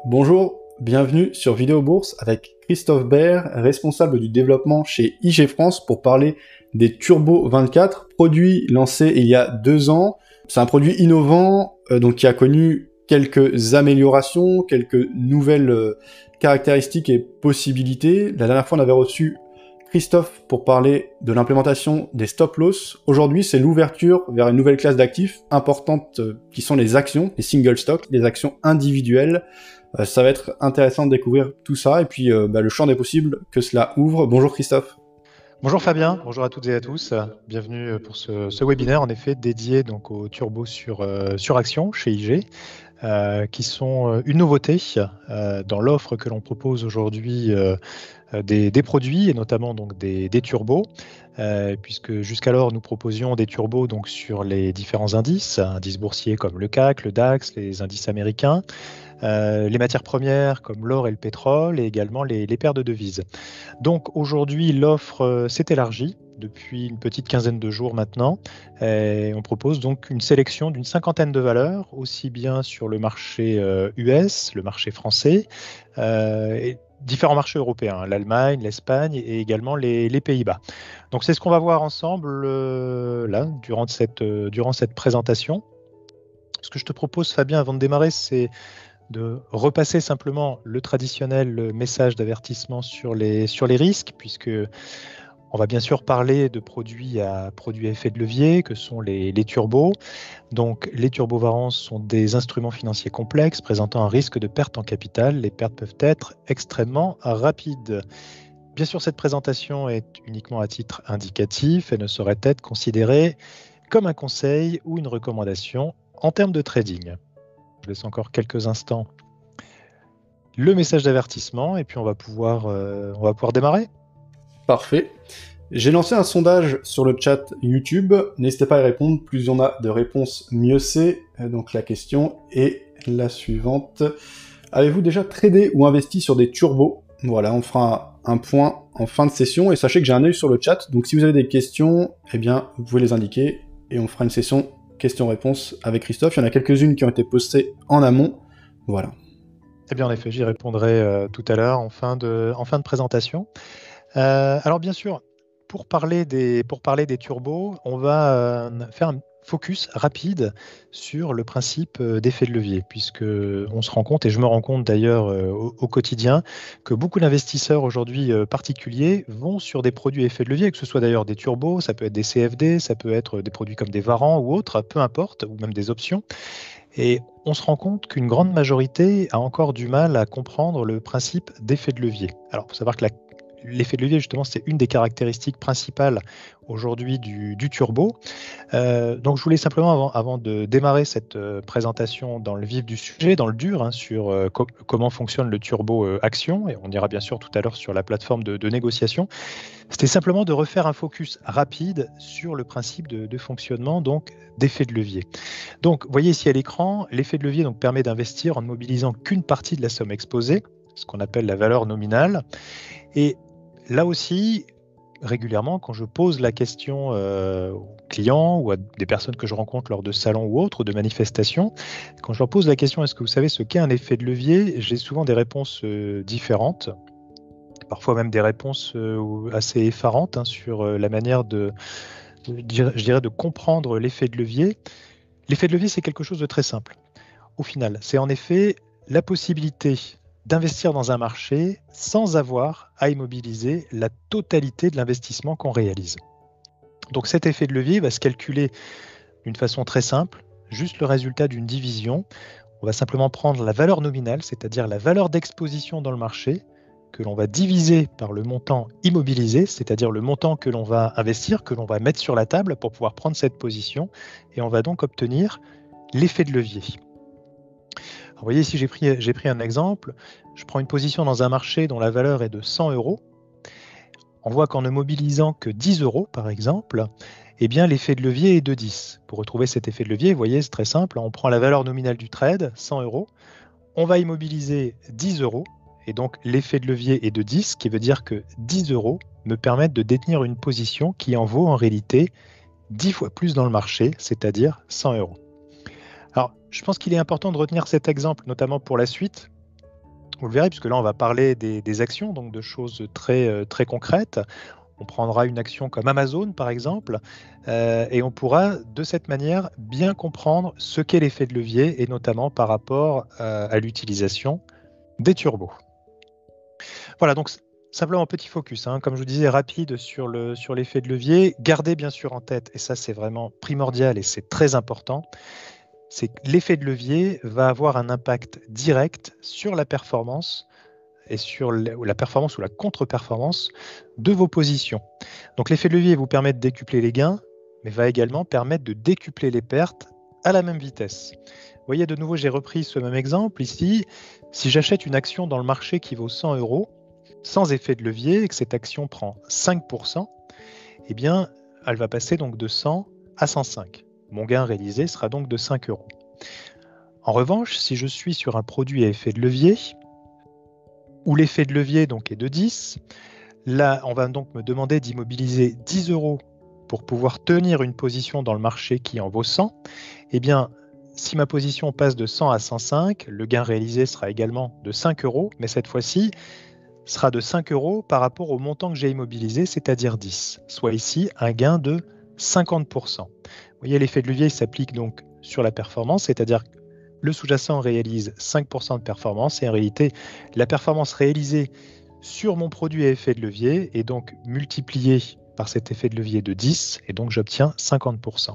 Bonjour, bienvenue sur Vidéo Bourse avec Christophe Baer, responsable du développement chez IG France pour parler des Turbo 24, produit lancé il y a 2 ans. C'est un produit innovant donc qui a connu quelques améliorations, quelques nouvelles caractéristiques et possibilités. La dernière fois, on avait reçu Christophe pour parler de l'implémentation des stop-loss. Aujourd'hui, c'est l'ouverture vers une nouvelle classe d'actifs importante qui sont les actions, les single stocks, les actions individuelles. Ça va être intéressant de découvrir tout ça et puis le champ des possibles que cela ouvre. Bonjour Christophe. Bonjour Fabien, bonjour à toutes et à tous. Bienvenue pour ce webinaire en effet dédié donc aux turbos sur action chez IG. Qui sont une nouveauté dans l'offre que l'on propose aujourd'hui des produits et notamment donc des turbos, puisque jusqu'alors nous proposions des turbos donc sur les différents indices boursiers comme le CAC, le DAX, les indices américains, les matières premières comme l'or et le pétrole et également les paires de devises. Donc aujourd'hui l'offre s'est élargie depuis une petite quinzaine de jours maintenant. Et on propose donc une sélection d'une 50aine de valeurs, aussi bien sur le marché US, le marché français, et différents marchés européens, l'Allemagne, l'Espagne et également les Pays-Bas. Donc c'est ce qu'on va voir ensemble là, durant cette présentation. Ce que je te propose, Fabien, avant de démarrer, c'est de repasser simplement le traditionnel message d'avertissement sur les risques, puisque on va bien sûr parler de produits à effet de levier, que sont les turbos. Donc, les turbovarances sont des instruments financiers complexes présentant un risque de perte en capital. Les pertes peuvent être extrêmement rapides. Bien sûr, cette présentation est uniquement à titre indicatif et ne saurait être considérée comme un conseil ou une recommandation en termes de trading. Je laisse encore quelques instants le message d'avertissement et puis on va pouvoir démarrer. Parfait. J'ai lancé un sondage sur le chat YouTube. N'hésitez pas à y répondre. Plus on a de réponses, mieux c'est. Donc la question est la suivante. Avez-vous déjà tradé ou investi sur des turbos? Voilà, on fera un point en fin de session. Et sachez que j'ai un œil sur le chat. Donc si vous avez des questions, eh bien, vous pouvez les indiquer. Et on fera une session questions-réponses avec Christophe. Il y en a quelques-unes qui ont été postées en amont. Voilà. Eh bien, en effet, j'y répondrai tout à l'heure en fin de présentation. Alors bien sûr, pour parler des turbos, on va faire un focus rapide sur le principe d'effet de levier, puisque on se rend compte, et je me rends compte d'ailleurs au quotidien, que beaucoup d'investisseurs aujourd'hui particuliers vont sur des produits à effet de levier, que ce soit d'ailleurs des turbos, ça peut être des CFD, ça peut être des produits comme des varants ou autres, peu importe, ou même des options. Et on se rend compte qu'une grande majorité a encore du mal à comprendre le principe d'effet de levier. Alors, il faut savoir que l'effet de levier, justement, c'est une des caractéristiques principales aujourd'hui du turbo. Donc, je voulais simplement, avant de démarrer cette présentation dans le vif du sujet, dans le dur, sur comment fonctionne le turbo action, et on ira bien sûr tout à l'heure sur la plateforme de négociation, c'était simplement de refaire un focus rapide sur le principe de fonctionnement donc d'effet de levier. Donc, vous voyez ici à l'écran, l'effet de levier donc, permet d'investir en ne mobilisant qu'une partie de la somme exposée, ce qu'on appelle la valeur nominale. Et là aussi, régulièrement, quand je pose la question aux clients ou à des personnes que je rencontre lors de salons ou autres, ou de manifestations, quand je leur pose la question « Est-ce que vous savez ce qu'est un effet de levier ?», j'ai souvent des réponses différentes, parfois même des réponses assez effarantes sur la manière je dirais de comprendre l'effet de levier. L'effet de levier, c'est quelque chose de très simple. Au final, c'est en effet la possibilité d'investir dans un marché sans avoir à immobiliser la totalité de l'investissement qu'on réalise. Donc cet effet de levier va se calculer d'une façon très simple, juste le résultat d'une division. On va simplement prendre la valeur nominale, c'est-à-dire la valeur d'exposition dans le marché, que l'on va diviser par le montant immobilisé, c'est-à-dire le montant que l'on va investir, que l'on va mettre sur la table pour pouvoir prendre cette position, et on va donc obtenir l'effet de levier. Alors, vous voyez ici, j'ai pris un exemple. Je prends une position dans un marché dont la valeur est de 100 euros. On voit qu'en ne mobilisant que 10 euros, par exemple, eh bien, l'effet de levier est de 10. Pour retrouver cet effet de levier, vous voyez, c'est très simple. On prend la valeur nominale du trade, 100 euros. On va immobiliser 10 euros. Et donc, l'effet de levier est de 10, ce qui veut dire que 10 euros me permettent de détenir une position qui en vaut en réalité 10 fois plus dans le marché, c'est-à-dire 100 euros. Alors, je pense qu'il est important de retenir cet exemple, notamment pour la suite, Vous le verrez, puisque là, on va parler des actions, donc de choses très concrètes. On prendra une action comme Amazon, par exemple, et on pourra, de cette manière, bien comprendre ce qu'est l'effet de levier, et notamment par rapport à l'utilisation des turbos. Voilà, donc simplement un petit focus, hein, comme je vous disais, rapide sur l'effet de levier. Gardez bien sûr en tête, et ça c'est vraiment primordial et c'est très important, c'est que l'effet de levier va avoir un impact direct sur la performance et sur la performance ou la contre-performance de vos positions. Donc l'effet de levier vous permet de décupler les gains, mais va également permettre de décupler les pertes à la même vitesse. Vous voyez, de nouveau, j'ai repris ce même exemple ici. Si j'achète une action dans le marché qui vaut 100 euros, sans effet de levier, et que cette action prend 5%, eh bien, elle va passer donc de 100 à 105. Mon gain réalisé sera donc de 5 euros. En revanche, si je suis sur un produit à effet de levier, où l'effet de levier donc est de 10. Là, on va donc me demander d'immobiliser 10 euros pour pouvoir tenir une position dans le marché qui en vaut 100. Eh bien, si ma position passe de 100 à 105, le gain réalisé sera également de 5 euros, mais cette fois-ci, sera de 5 euros par rapport au montant que j'ai immobilisé, c'est-à-dire 10, soit ici un gain de 50%. Vous voyez, l'effet de levier s'applique donc sur la performance, c'est-à-dire que le sous-jacent réalise 5% de performance et en réalité, la performance réalisée sur mon produit à effet de levier est donc multipliée par cet effet de levier de 10 et donc j'obtiens 50%.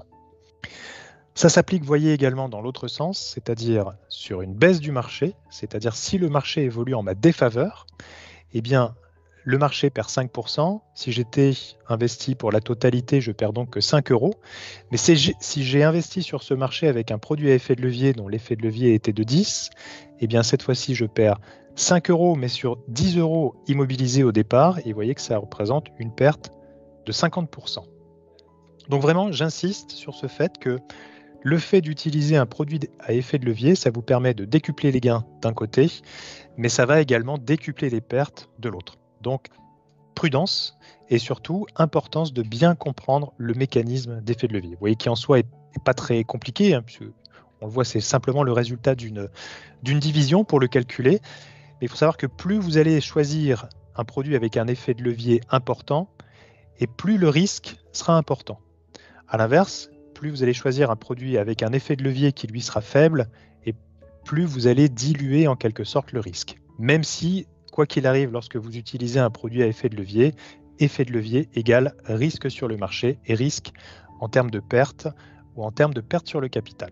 Ça s'applique, vous voyez, également dans l'autre sens, c'est-à-dire sur une baisse du marché, c'est-à-dire si le marché évolue en ma défaveur, eh bien, le marché perd 5%. Si j'étais investi pour la totalité, je perds donc que 5 euros. Mais si j'ai investi sur ce marché avec un produit à effet de levier dont l'effet de levier était de 10, eh bien cette fois-ci, je perds 5 euros, mais sur 10 euros immobilisés au départ. Et vous voyez que ça représente une perte de 50%. Donc vraiment, j'insiste sur ce fait que le fait d'utiliser un produit à effet de levier, ça vous permet de décupler les gains d'un côté, mais ça va également décupler les pertes de l'autre. Donc, prudence et surtout importance de bien comprendre le mécanisme d'effet de levier. Vous voyez qui en soi est pas très compliqué, hein, puisque on le voit, c'est simplement le résultat d'une division pour le calculer. Mais il faut savoir que plus vous allez choisir un produit avec un effet de levier important, et plus le risque sera important. À l'inverse, plus vous allez choisir un produit avec un effet de levier qui lui sera faible, et plus vous allez diluer en quelque sorte le risque. Même si, quoi qu'il arrive, lorsque vous utilisez un produit à effet de levier égale risque sur le marché et risque en termes de perte ou en termes de perte sur le capital.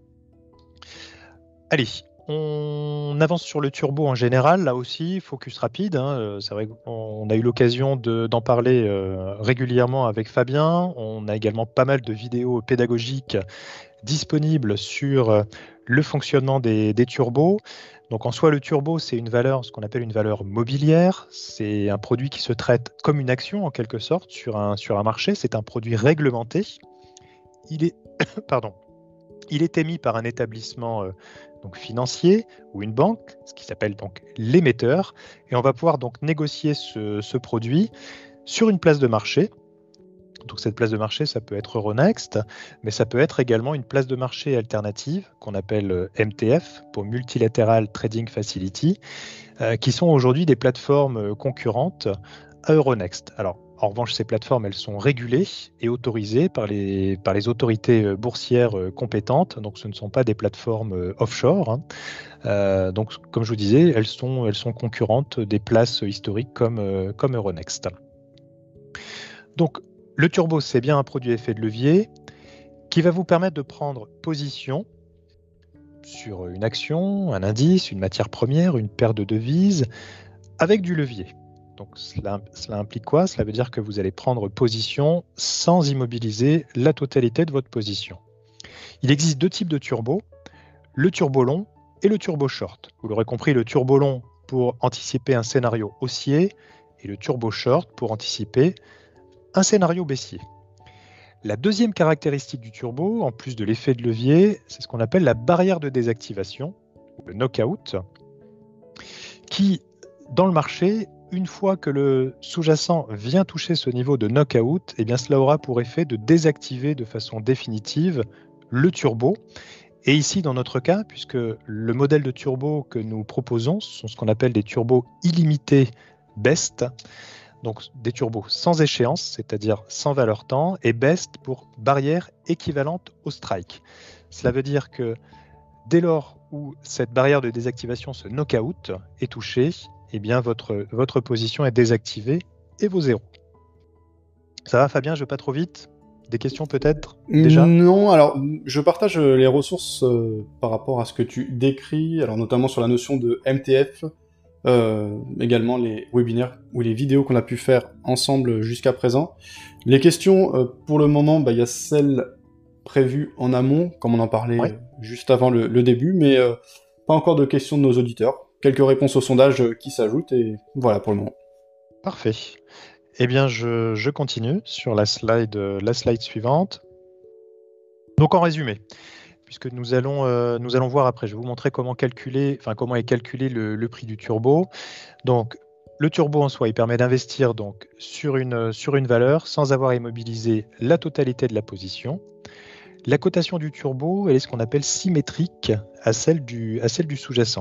Allez, on avance sur le turbo en général, là aussi, focus rapide. Hein, c'est vrai qu'on a eu l'occasion d'en parler régulièrement avec Fabien. On a également pas mal de vidéos pédagogiques disponibles sur le fonctionnement des turbos. Donc en soi, le turbo, c'est une valeur, ce qu'on appelle une valeur mobilière. C'est un produit qui se traite comme une action en quelque sorte sur un marché. C'est un produit réglementé. Il est, pardon, il est émis par un établissement donc financier ou une banque, ce qui s'appelle donc l'émetteur, et on va pouvoir donc négocier ce produit sur une place de marché. Donc cette place de marché, ça peut être Euronext, mais ça peut être également une place de marché alternative qu'on appelle MTF, pour Multilateral Trading Facility, qui sont aujourd'hui des plateformes concurrentes à Euronext. Alors, en revanche, ces plateformes, elles sont régulées et autorisées par les autorités boursières compétentes. Donc, ce ne sont pas des plateformes offshore. Hein. Donc, comme je vous disais, elles sont concurrentes des places historiques comme Euronext. Donc, le turbo, c'est bien un produit à effet de levier qui va vous permettre de prendre position sur une action, un indice, une matière première, une paire de devises avec du levier. Donc cela implique quoi? Cela veut dire que vous allez prendre position sans immobiliser la totalité de votre position. Il existe deux types de turbo, le turbo long et le turbo short. Vous l'aurez compris, le turbo long pour anticiper un scénario haussier et le turbo short pour anticiper un scénario baissier. La deuxième caractéristique du turbo, en plus de l'effet de levier, c'est ce qu'on appelle la barrière de désactivation, le knockout, qui, dans le marché, une fois que le sous-jacent vient toucher ce niveau de knockout, eh bien cela aura pour effet de désactiver de façon définitive le turbo Et ici, dans notre cas, puisque le modèle de turbo que nous proposons sont ce qu'on appelle des turbos illimités BEST, donc des turbos sans échéance, c'est-à-dire sans valeur temps, et BEST pour barrière équivalente au strike. Cela veut dire que dès lors où cette barrière de désactivation, ce knockout, est touchée, eh bien votre position est désactivée et vos zéros. Ça va Fabien, je ne vais pas trop vite? Des questions peut-être déjà? Non, alors je partage les ressources par rapport à ce que tu décris, alors notamment sur la notion de MTF, également les webinaires ou les vidéos qu'on a pu faire ensemble jusqu'à présent. Les questions, pour le moment, il y a celles prévues en amont, comme on en parlait juste avant le début, mais pas encore de questions de nos auditeurs. Quelques réponses au sondage qui s'ajoutent, et voilà pour le moment. Parfait. Eh bien, je continue sur la slide suivante. Donc, en résumé, puisque nous allons voir après, je vais vous montrer comment est calculé le prix du turbo. Donc, le turbo en soi, il permet d'investir donc sur une valeur sans avoir à immobiliser la totalité de la position. La cotation du turbo, elle est ce qu'on appelle symétrique à celle du sous-jacent.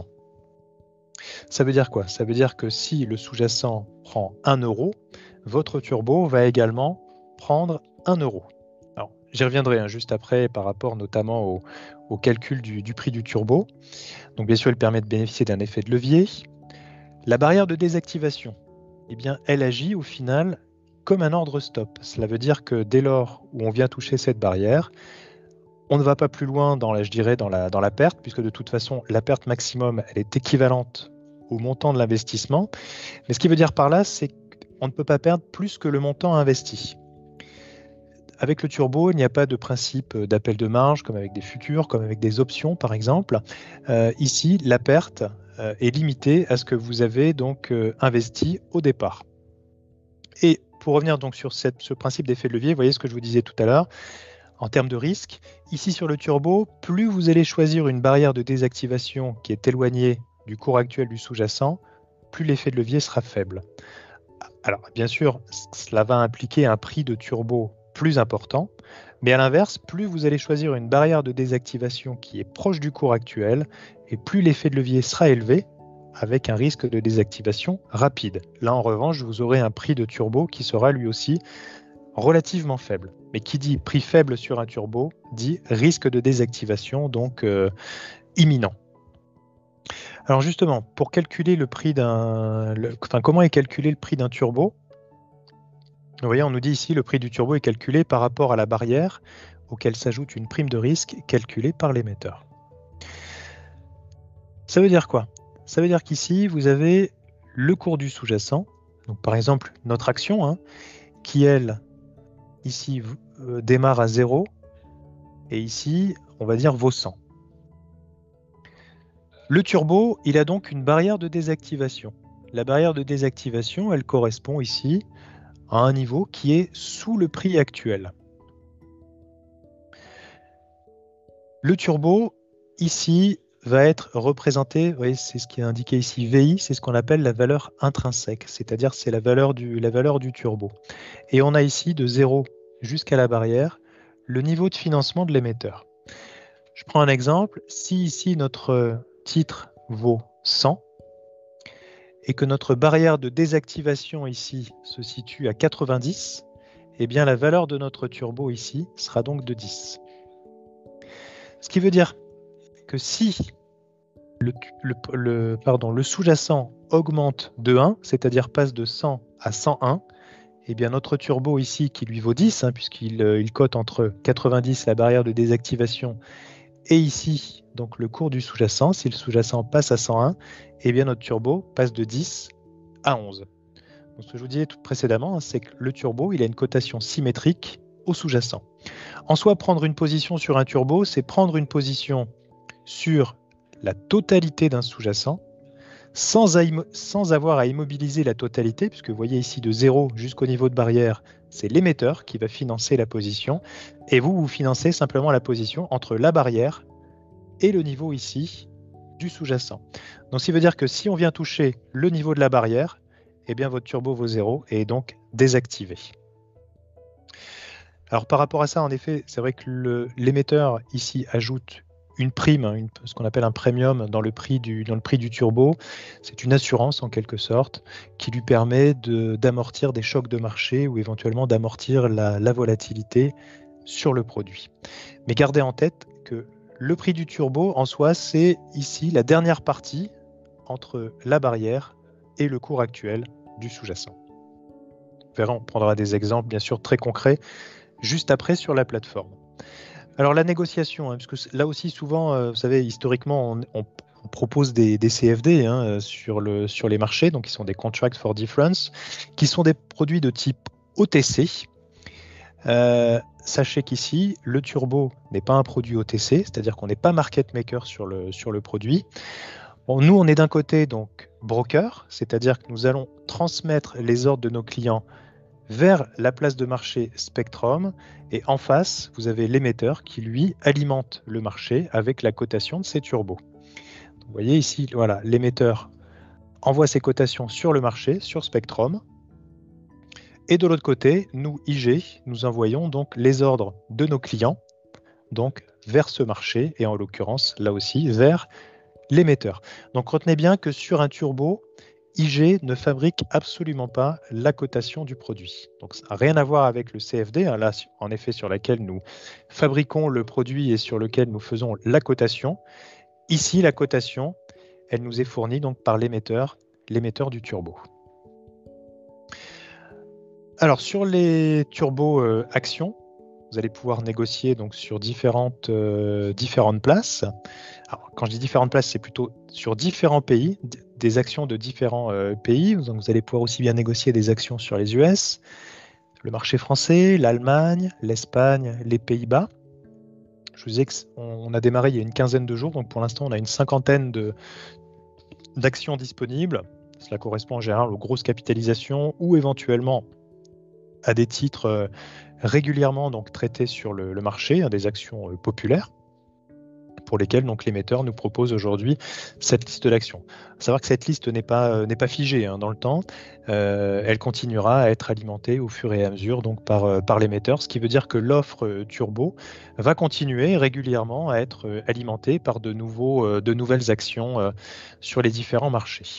Ça veut dire quoi? Ça veut dire que si le sous-jacent prend 1 euro, votre turbo va également prendre 1 euro. Alors, j'y reviendrai juste après par rapport notamment au calcul du prix du turbo. Donc bien sûr, elle permet de bénéficier d'un effet de levier. La barrière de désactivation, eh bien, elle agit au final comme un ordre stop. Cela veut dire que dès lors où on vient toucher cette barrière, on ne va pas plus loin dans la perte, puisque de toute façon, la perte maximum, elle est équivalente au montant de l'investissement. Mais ce qui veut dire par là, c'est qu'on ne peut pas perdre plus que le montant investi. Avec le turbo, il n'y a pas de principe d'appel de marge, comme avec des futurs, comme avec des options, par exemple. Ici, la perte est limitée à ce que vous avez donc investi au départ. Et pour revenir donc sur ce principe d'effet de levier, vous voyez ce que je vous disais tout à l'heure, en termes de risque, ici sur le turbo, plus vous allez choisir une barrière de désactivation qui est éloignée du cours actuel du sous-jacent, plus l'effet de levier sera faible. Alors bien sûr, cela va impliquer un prix de turbo plus important, mais à l'inverse, plus vous allez choisir une barrière de désactivation qui est proche du cours actuel, et plus l'effet de levier sera élevé, avec un risque de désactivation rapide. Là en revanche, vous aurez un prix de turbo qui sera lui aussi relativement faible. Mais qui dit prix faible sur un turbo, dit risque de désactivation, donc imminent. Alors justement, pour calculer le prix comment est calculé le prix d'un turbo? Vous voyez, on nous dit ici le prix du turbo est calculé par rapport à la barrière auquel s'ajoute une prime de risque calculée par l'émetteur. Ça veut dire quoi? Ça veut dire qu'ici, vous avez le cours du sous-jacent, donc par exemple notre action, qui elle, ici, démarre à 0, et ici, on va dire vaut 100. Le turbo, il a donc une barrière de désactivation. La barrière de désactivation, elle correspond ici à un niveau qui est sous le prix actuel. Le turbo, ici, va être représenté, vous voyez, c'est ce qui est indiqué ici, VI, c'est ce qu'on appelle la valeur intrinsèque, c'est-à-dire c'est la valeur du turbo. Et on a ici de 0 jusqu'à la barrière, le niveau de financement de l'émetteur. Je prends un exemple, si ici notre titre vaut 100, et que notre barrière de désactivation ici se situe à 90, eh bien la valeur de notre turbo ici sera donc de 10. Ce qui veut dire que si le sous-jacent augmente de 1, c'est-à-dire passe de 100 à 101, eh bien notre turbo ici qui lui vaut 10, puisqu'il cote entre 90, la barrière de désactivation, et ici, donc le cours du sous-jacent, si le sous-jacent passe à 101, eh bien notre turbo passe de 10 à 11. Donc, ce que je vous disais tout précédemment, c'est que le turbo, il a une cotation symétrique au sous-jacent. En soi, prendre une position sur un turbo, c'est prendre une position sur la totalité d'un sous-jacent, sans avoir à immobiliser la totalité, puisque vous voyez ici de 0 jusqu'au niveau de barrière, c'est l'émetteur qui va financer la position, et vous financez simplement la position entre la barrière et le niveau ici du sous-jacent. Donc, ça veut dire que si on vient toucher le niveau de la barrière, eh bien votre turbo vaut 0 et est donc désactivé. Alors par rapport à ça, en effet, c'est vrai que l'émetteur ici ajoute une prime, ce qu'on appelle un premium dans le prix du turbo. C'est une assurance en quelque sorte qui lui permet d'amortir des chocs de marché ou éventuellement d'amortir la volatilité sur le produit. Mais gardez en tête que le prix du turbo en soi, c'est ici la dernière partie entre la barrière et le cours actuel du sous-jacent. On prendra des exemples bien sûr très concrets juste après sur la plateforme. Alors la négociation, parce que là aussi souvent, vous savez, historiquement, on propose des CFD sur les marchés, donc qui sont des Contracts for Difference, qui sont des produits de type OTC. Sachez qu'ici, le turbo n'est pas un produit OTC, c'est-à-dire qu'on n'est pas market maker sur le produit. Bon, nous, on est d'un côté donc broker, c'est-à-dire que nous allons transmettre les ordres de nos clients vers la place de marché Spectrum, et en face, vous avez l'émetteur qui, lui, alimente le marché avec la cotation de ses turbos. Vous voyez ici, voilà, l'émetteur envoie ses cotations sur le marché, sur Spectrum, et de l'autre côté, nous, IG, nous envoyons donc les ordres de nos clients, donc vers ce marché, et en l'occurrence, là aussi, vers l'émetteur. Donc retenez bien que sur un turbo, IG ne fabrique absolument pas la cotation du produit. Donc ça n'a rien à voir avec le CFD, là en effet sur laquelle nous fabriquons le produit et sur lequel nous faisons la cotation. Ici, la cotation, elle nous est fournie donc par l'émetteur du turbo. Alors sur les turbos actions, vous allez pouvoir négocier donc sur différentes places. Alors, quand je dis différentes places, c'est plutôt sur différents pays, des actions de différents pays. Donc, vous allez pouvoir aussi bien négocier des actions sur les US, le marché français, l'Allemagne, l'Espagne, les Pays-Bas. Je vous disais qu'on a démarré il y a une quinzaine de jours, donc pour l'instant, on a une cinquantaine d'actions disponibles. Cela correspond en général aux grosses capitalisations ou éventuellement à des titres régulièrement donc, traités sur le marché, des actions populaires, pour lesquelles donc l'émetteur nous propose aujourd'hui cette liste d'actions. Il faut savoir que cette liste n'est pas figée dans le temps. Elle continuera à être alimentée au fur et à mesure donc par l'émetteur, ce qui veut dire que l'offre turbo va continuer régulièrement à être alimentée par de nouvelles actions sur les différents marchés.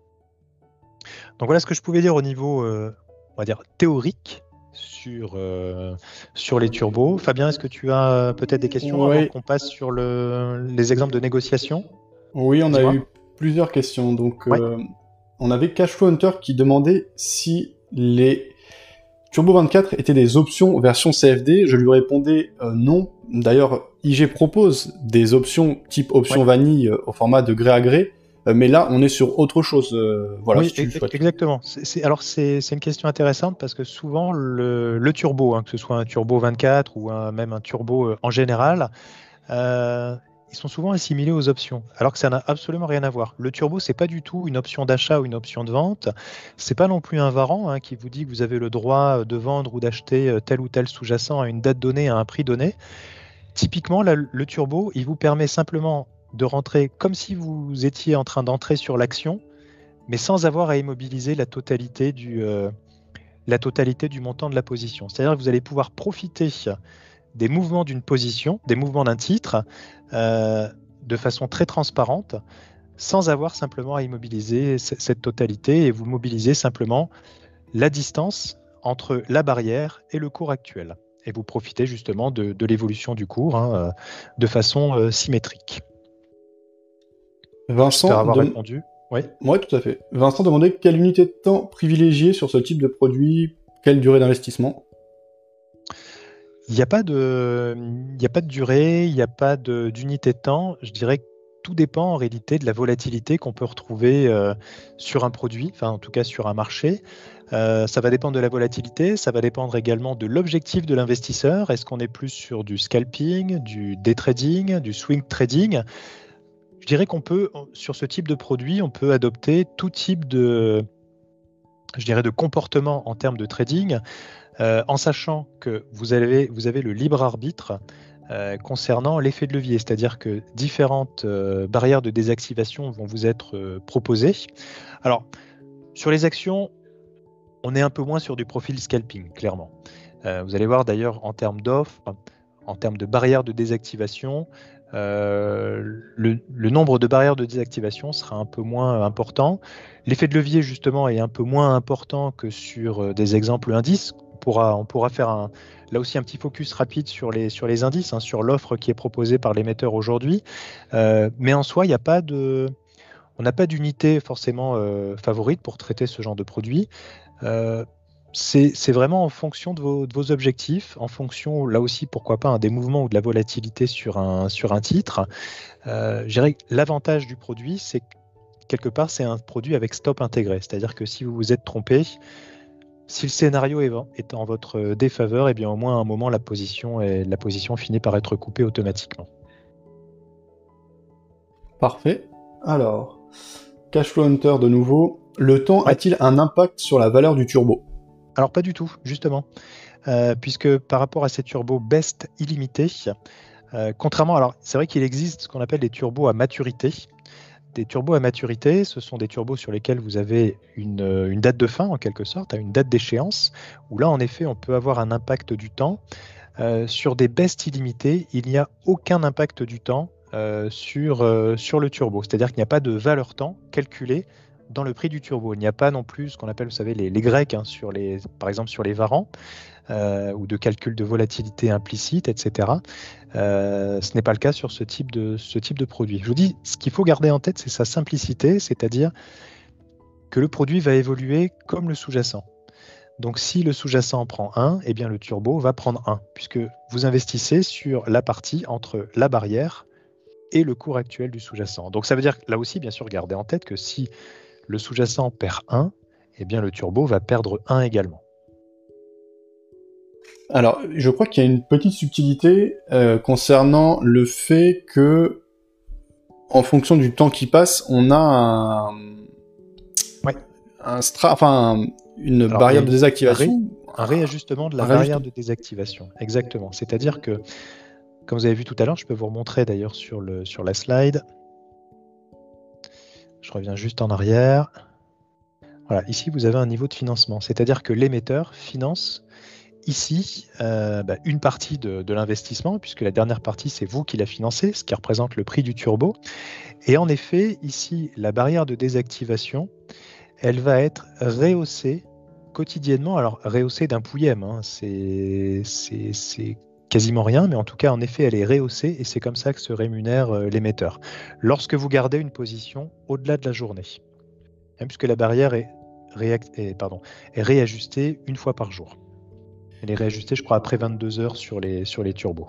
Donc voilà ce que je pouvais dire au niveau on va dire théorique sur les turbos. Fabien, est-ce que tu as peut-être des questions avant qu'on passe sur les exemples de négociation? Oui, on a eu plusieurs questions. Donc, on avait Cashflow Hunter qui demandait si les Turbo 24 étaient des options version CFD. Je lui répondais non. D'ailleurs, IG propose des options type option vanille au format de gré à gré. Mais là, on est sur autre chose. Voilà, oui, si tu le souhaites. Exactement. Alors, c'est une question intéressante parce que souvent, le turbo, que ce soit un turbo 24 ou même un turbo en général, ils sont souvent assimilés aux options, alors que ça n'a absolument rien à voir. Le turbo, c'est pas du tout une option d'achat ou une option de vente. C'est pas non plus un warrant qui vous dit que vous avez le droit de vendre ou d'acheter tel ou tel sous-jacent à une date donnée, à un prix donné. Typiquement, le turbo, il vous permet simplement de rentrer comme si vous étiez en train d'entrer sur l'action, mais sans avoir à immobiliser la totalité du montant de la position. C'est-à-dire que vous allez pouvoir profiter des mouvements d'une position, des mouvements d'un titre, de façon très transparente, sans avoir simplement à immobiliser cette totalité, et vous mobilisez simplement la distance entre la barrière et le cours actuel. Et vous profitez justement de l'évolution du cours de façon symétrique. Vincent, j'espère avoir répondu. Oui, tout à fait. Vincent demandait quelle unité de temps privilégier sur ce type de produit, quelle durée d'investissement? Il n'y a pas de durée, il n'y a pas d'unité de temps. Je dirais que tout dépend en réalité de la volatilité qu'on peut retrouver sur un produit, enfin en tout cas sur un marché. Ça va dépendre de la volatilité, ça va dépendre également de l'objectif de l'investisseur. Est-ce qu'on est plus sur du scalping, du day trading, du swing trading? Je dirais qu'on peut, sur ce type de produit, on peut adopter tout type de comportement en termes de trading, en sachant que vous avez le libre arbitre concernant l'effet de levier, c'est-à-dire que différentes barrières de désactivation vont vous être proposées. Alors, sur les actions, on est un peu moins sur du profil scalping, clairement. Vous allez voir d'ailleurs en termes d'offres, en termes de barrières de désactivation, le nombre de barrières de désactivation sera un peu moins important. L'effet de levier, justement, est un peu moins important que sur des exemples indices. On pourra faire là aussi un petit focus rapide sur les indices, hein, sur l'offre qui est proposée par l'émetteur aujourd'hui. Mais en soi, on n'a pas d'unité forcément favorite pour traiter ce genre de produit. C'est vraiment en fonction de vos objectifs, en fonction, là aussi, pourquoi pas, des mouvements ou de la volatilité sur un titre. Je dirais que l'avantage du produit, c'est que quelque part, c'est un produit avec stop intégré. C'est-à-dire que si vous vous êtes trompé, si le scénario est en votre défaveur, eh bien, au moins à un moment, la position finit par être coupée automatiquement. Parfait. Alors, Cashflow Hunter de nouveau. Le temps a-t-il un impact sur la valeur du turbo? Alors pas du tout, justement, puisque par rapport à ces turbos best illimités, contrairement, alors c'est vrai qu'il existe ce qu'on appelle des turbos à maturité. Des turbos à maturité, ce sont des turbos sur lesquels vous avez une date de fin en quelque sorte, une date d'échéance, où là en effet on peut avoir un impact du temps. Sur des best illimités, il n'y a aucun impact du temps sur le turbo, c'est-à-dire qu'il n'y a pas de valeur temps calculée dans le prix du turbo. Il n'y a pas non plus ce qu'on appelle, vous savez, les grecs, hein, par exemple sur les varans, ou de calcul de volatilité implicite, etc. Ce n'est pas le cas sur ce type de produit. Je vous dis, ce qu'il faut garder en tête, c'est sa simplicité, c'est-à-dire que le produit va évoluer comme le sous-jacent. Donc si le sous-jacent prend 1, eh bien le turbo va prendre 1, puisque vous investissez sur la partie entre la barrière et le cours actuel du sous-jacent. Donc ça veut dire, là aussi, bien sûr, gardez en tête que si le sous-jacent perd 1, eh bien le turbo va perdre 1 également. Alors, je crois qu'il y a une petite subtilité concernant le fait que, en fonction du temps qui passe, on a une barrière de désactivation. Un réajustement de la barrière de désactivation, exactement. C'est-à-dire que, comme vous avez vu tout à l'heure, je peux vous remontrer d'ailleurs sur la slide. Je reviens juste en arrière. Voilà, ici vous avez un niveau de financement, c'est-à-dire que l'émetteur finance ici une partie de l'investissement, puisque la dernière partie c'est vous qui la financez, ce qui représente le prix du turbo. Et en effet, ici, la barrière de désactivation, elle va être rehaussée quotidiennement. Alors, rehaussée d'un pouillème, hein, c'est quasiment rien, mais en tout cas, en effet, elle est rehaussée et c'est comme ça que se rémunère l'émetteur. Lorsque vous gardez une position au-delà de la journée, puisque la barrière est réajustée une fois par jour. Elle est réajustée, je crois, après 22 heures sur les turbos.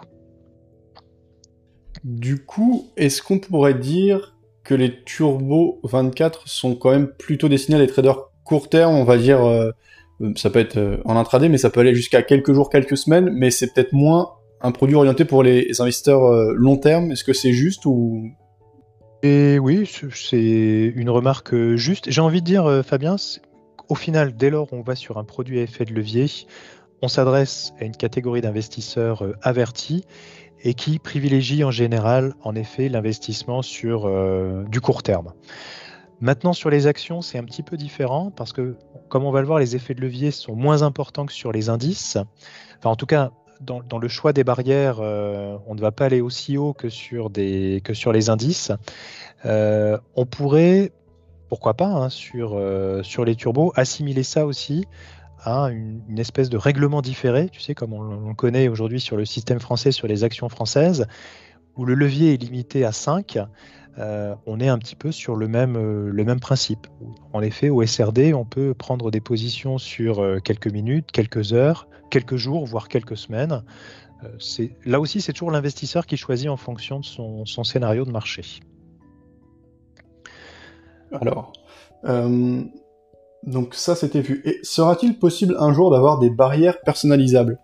Du coup, est-ce qu'on pourrait dire que les turbos 24 sont quand même plutôt destinés à des traders court terme, on va dire, ça peut être en intraday, mais ça peut aller jusqu'à quelques jours, quelques semaines, mais c'est peut-être moins un produit orienté pour les investisseurs long terme. Est-ce que c'est juste ou... Et oui, c'est une remarque juste. J'ai envie de dire, Fabien, au final, dès lors où on va sur un produit à effet de levier, on s'adresse à une catégorie d'investisseurs avertis et qui privilégient en général, en effet, l'investissement sur du court terme. Maintenant, sur les actions, c'est un petit peu différent parce que, comme on va le voir, les effets de levier sont moins importants que sur les indices. Enfin, en tout cas, dans le choix des barrières, on ne va pas aller aussi haut que sur les indices. On pourrait, pourquoi pas, hein, sur les turbos, assimiler ça aussi à une espèce de règlement différé, tu sais, comme on le connaît aujourd'hui sur le système français, sur les actions françaises, où le levier est limité à 5. On est un petit peu sur le même principe. En effet, au SRD, on peut prendre des positions sur quelques minutes, quelques heures, quelques jours, voire quelques semaines. Là aussi, c'est toujours l'investisseur qui choisit en fonction de son scénario de marché. Alors, donc ça c'était vu. Et sera-t-il possible un jour d'avoir des barrières personnalisables?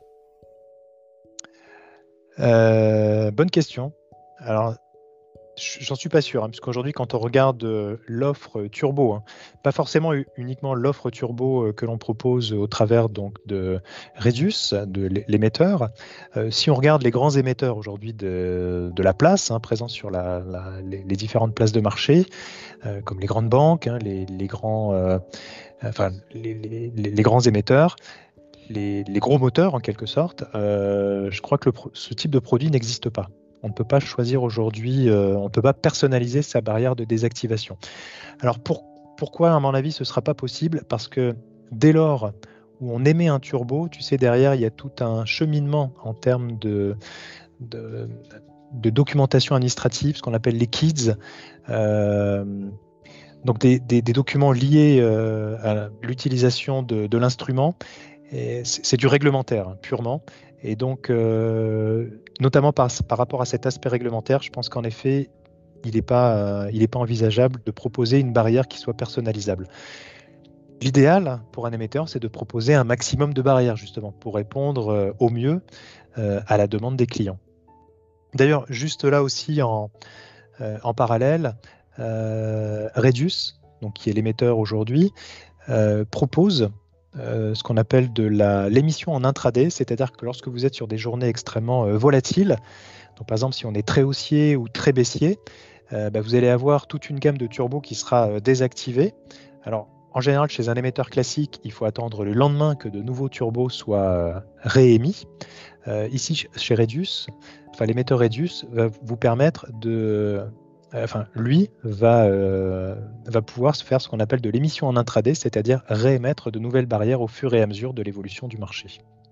Bonne question. Alors, j'en suis pas sûr, hein, parce qu'aujourd'hui, quand on regarde l'offre turbo, hein, pas forcément uniquement l'offre turbo que l'on propose au travers donc de Redius, de l'émetteur, si on regarde les grands émetteurs aujourd'hui de la place, hein, présents sur les différentes places de marché, comme les grandes banques, hein, les grands émetteurs, les gros moteurs en quelque sorte, je crois que ce type de produit n'existe pas. On ne peut pas choisir aujourd'hui, on ne peut pas personnaliser sa barrière de désactivation. Alors pourquoi, à mon avis, ce ne sera pas possible? Parce que dès lors où on émet un turbo, tu sais, derrière, il y a tout un cheminement en termes de, de documentation administrative, ce qu'on appelle les KIDS. Donc des documents liés à l'utilisation de l'instrument. C'est du réglementaire, hein, purement. Et donc, notamment par rapport à cet aspect réglementaire, je pense qu'en effet, il n'est pas envisageable de proposer une barrière qui soit personnalisable. L'idéal pour un émetteur, c'est de proposer un maximum de barrières, justement, pour répondre au mieux à la demande des clients. D'ailleurs, juste là aussi, en parallèle, Radius, donc, qui est l'émetteur aujourd'hui, propose ce qu'on appelle de l'émission en intraday, c'est-à-dire que lorsque vous êtes sur des journées extrêmement volatiles, donc par exemple si on est très haussier ou très baissier, vous allez avoir toute une gamme de turbos qui sera désactivée. Alors en général, chez un émetteur classique, il faut attendre le lendemain que de nouveaux turbos soient réémis. Ici, chez Radius, l'émetteur Radius va vous permettre lui va pouvoir se faire ce qu'on appelle de l'émission en intraday, c'est-à-dire réémettre de nouvelles barrières au fur et à mesure de l'évolution du marché.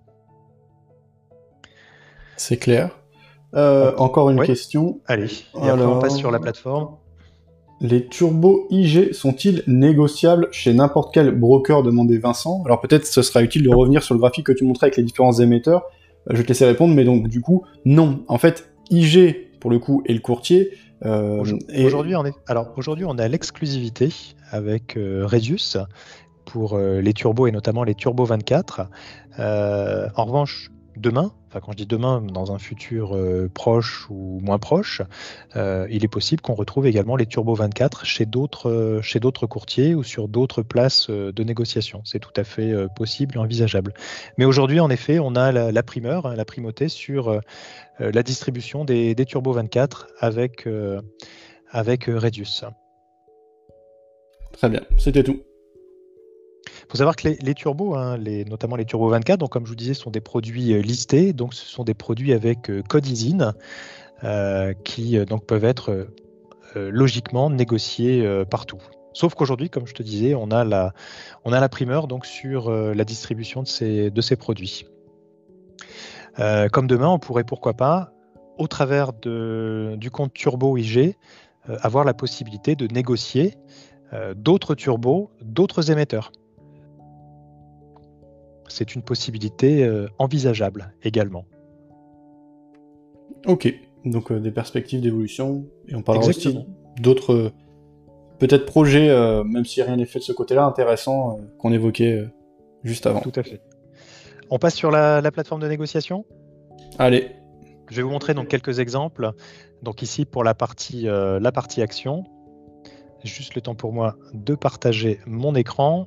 C'est clair. Encore une question. Allez, et après on passe sur la plateforme. Les turbos IG sont-ils négociables chez n'importe quel broker, demandait Vincent? Alors peut-être ce sera utile de revenir sur le graphique que tu montrais avec les différents émetteurs. Je vais te laisser répondre, mais donc du coup, non. En fait, IG, pour le coup, est le courtier. Aujourd'hui, on a l'exclusivité avec Radius pour les turbos et notamment les turbos 24. En revanche, demain, quand je dis demain, dans un futur proche ou moins proche, il est possible qu'on retrouve également les turbos 24 chez d'autres courtiers ou sur d'autres places de négociation. C'est tout à fait possible et envisageable. Mais aujourd'hui, en effet, on a la primeur, la primauté sur la distribution des turbos 24 avec Radius. Très bien, c'était tout. Il faut savoir que les turbos, notamment les turbos 24, donc comme je vous disais, sont des produits listés. Donc ce sont des produits avec code ISIN qui donc peuvent être logiquement négociés partout. Sauf qu'aujourd'hui, comme je te disais, on a la primeur donc sur la distribution de ces produits. Comme demain, on pourrait pourquoi pas, au travers du compte Turbo IG, avoir la possibilité de négocier d'autres turbos, d'autres émetteurs. C'est une possibilité envisageable également. Ok, donc des perspectives d'évolution, et on parlera aussi d'autres peut-être projets, même si rien n'est fait de ce côté-là, intéressants qu'on évoquait juste avant. Tout à fait. On passe sur la plateforme de négociation ? Allez. Je vais vous montrer donc quelques exemples. Donc ici pour la partie action, juste le temps pour moi de partager mon écran.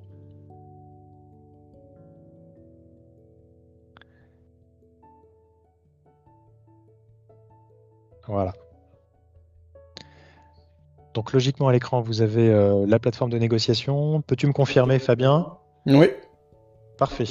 Voilà. Donc logiquement à l'écran, vous avez la plateforme de négociation. Peux-tu me confirmer, Fabien ? Oui. Parfait.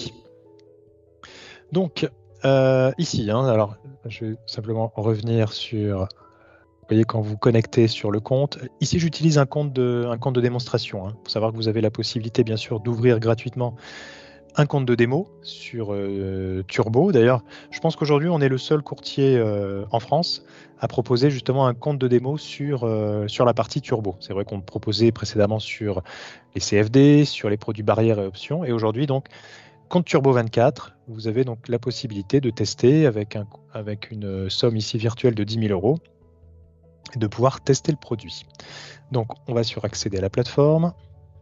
Donc ici, alors je vais simplement revenir sur... Vous voyez, quand vous connectez sur le compte, ici j'utilise un compte de démonstration. Il faut savoir que vous avez la possibilité bien sûr d'ouvrir gratuitement un compte de démo sur Turbo. D'ailleurs, je pense qu'aujourd'hui on est le seul courtier en France à proposer justement un compte de démo sur la partie Turbo. C'est vrai qu'on le proposait précédemment sur les CFD, sur les produits barrières et options, et aujourd'hui donc compte Turbo 24, vous avez donc la possibilité de tester avec une somme ici virtuelle de 10 000 euros et de pouvoir tester le produit. Donc on va sur accéder à la plateforme.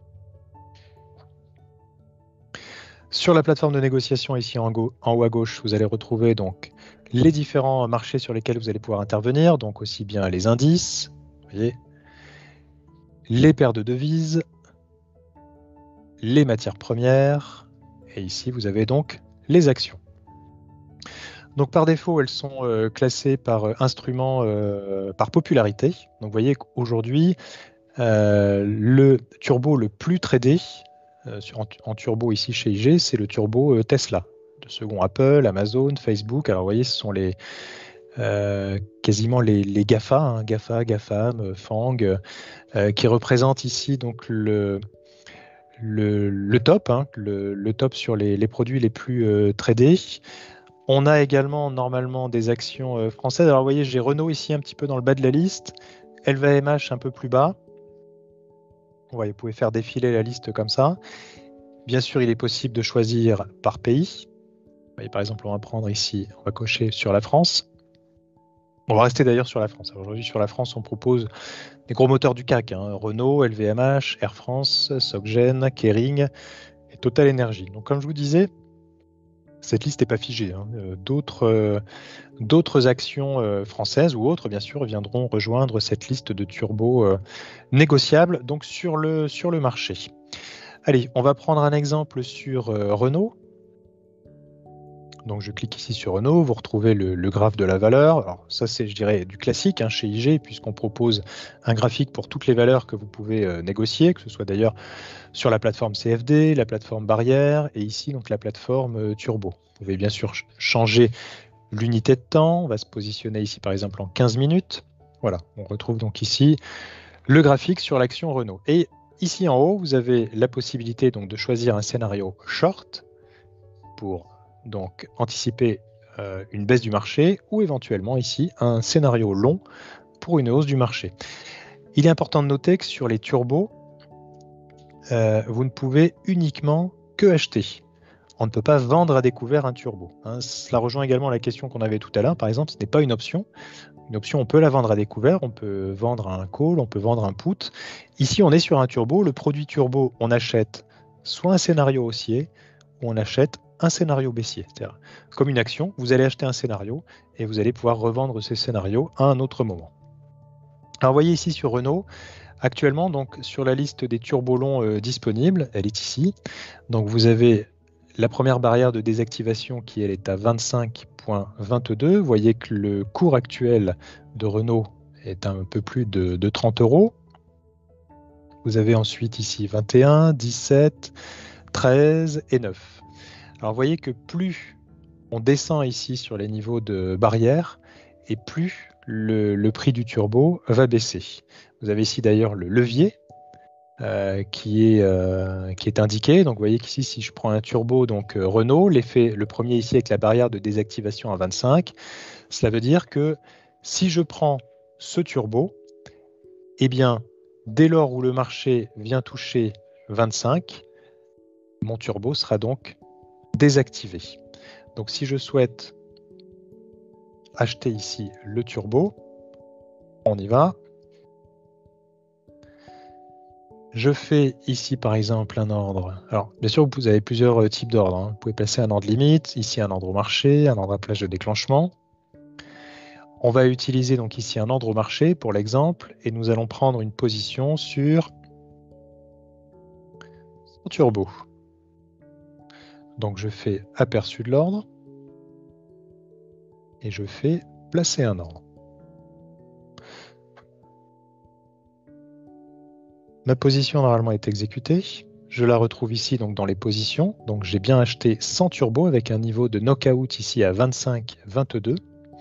Sur la plateforme de négociation ici en haut à gauche, vous allez retrouver donc les différents marchés sur lesquels vous allez pouvoir intervenir, donc aussi bien les indices, vous voyez, les paires de devises, les matières premières, et ici vous avez donc les actions. Donc par défaut, elles sont classées par instrument, par popularité. Donc vous voyez qu'aujourd'hui, le turbo le plus tradé en turbo ici chez IG, c'est le turbo Tesla. De second Apple, Amazon, Facebook. Alors vous voyez, ce sont les quasiment les GAFA, hein, GAFA, GAFAM, FANG, qui représentent ici donc le top, hein, le top sur les produits les plus tradés. On a également normalement des actions françaises. Alors vous voyez, j'ai Renault ici un petit peu dans le bas de la liste, LVMH un peu plus bas. Ouais, vous pouvez faire défiler la liste comme ça. Bien sûr, il est possible de choisir par pays. Vous voyez, par exemple, on va prendre ici, on va cocher sur la France. On va rester d'ailleurs sur la France. Aujourd'hui, sur la France, on propose des gros moteurs du CAC, hein, Renault, LVMH, Air France, Soggen, Kering et Total Energy. Donc, comme je vous disais, cette liste n'est pas figée, hein. D'autres actions françaises ou autres, bien sûr, viendront rejoindre cette liste de turbos négociables donc sur le marché. Allez, on va prendre un exemple sur Renault. Donc je clique ici sur Renault, vous retrouvez le graphe de la valeur. Alors ça c'est, je dirais, du classique hein, chez IG, puisqu'on propose un graphique pour toutes les valeurs que vous pouvez négocier, que ce soit d'ailleurs sur la plateforme CFD, la plateforme barrière, et ici donc la plateforme turbo. Vous pouvez bien sûr changer l'unité de temps, on va se positionner ici par exemple en 15 minutes. Voilà, on retrouve donc ici le graphique sur l'action Renault. Et ici en haut, vous avez la possibilité donc de choisir un scénario short pour donc anticiper une baisse du marché ou éventuellement ici un scénario long pour une hausse du marché. Il est important de noter que sur les turbos, vous ne pouvez uniquement que acheter. On ne peut pas vendre à découvert un turbo. Hein. Cela rejoint également la question qu'on avait tout à l'heure. Par exemple, ce n'est pas une option. Une option, on peut la vendre à découvert, on peut vendre un call, on peut vendre un put. Ici, on est sur un turbo. Le produit turbo, on achète soit un scénario haussier, ou on achète un scénario baissier. C'est-à-dire, comme une action, vous allez acheter un scénario et vous allez pouvoir revendre ces scénarios à un autre moment. Alors, vous voyez ici sur Renault, actuellement, donc, sur la liste des turbos longs disponibles, elle est ici. Donc, vous avez la première barrière de désactivation qui elle est à 25,22. Vous voyez que le cours actuel de Renault est un peu plus de 30 euros. Vous avez ensuite ici 21, 17, 13 et 9. Alors vous voyez que plus on descend ici sur les niveaux de barrière et plus le prix du turbo va baisser. Vous avez ici d'ailleurs le levier qui est indiqué. Donc vous voyez qu'ici, si je prends un turbo, donc Renault, le premier ici avec la barrière de désactivation à 25, cela veut dire que si je prends ce turbo, eh bien, dès lors où le marché vient toucher 25, mon turbo sera donc désactivé. Donc si je souhaite acheter ici le turbo, on y va. Je fais ici par exemple un ordre. Alors bien sûr vous avez plusieurs types d'ordres. Hein. Vous pouvez placer un ordre limite, ici un ordre au marché, un ordre à plage de déclenchement. On va utiliser donc ici un ordre au marché pour l'exemple et nous allons prendre une position sur turbo. Donc je fais aperçu de l'ordre et je fais placer un ordre. Ma position normalement est exécutée. Je la retrouve ici donc dans les positions. Donc j'ai bien acheté 100 turbo avec un niveau de knockout ici à 25,22.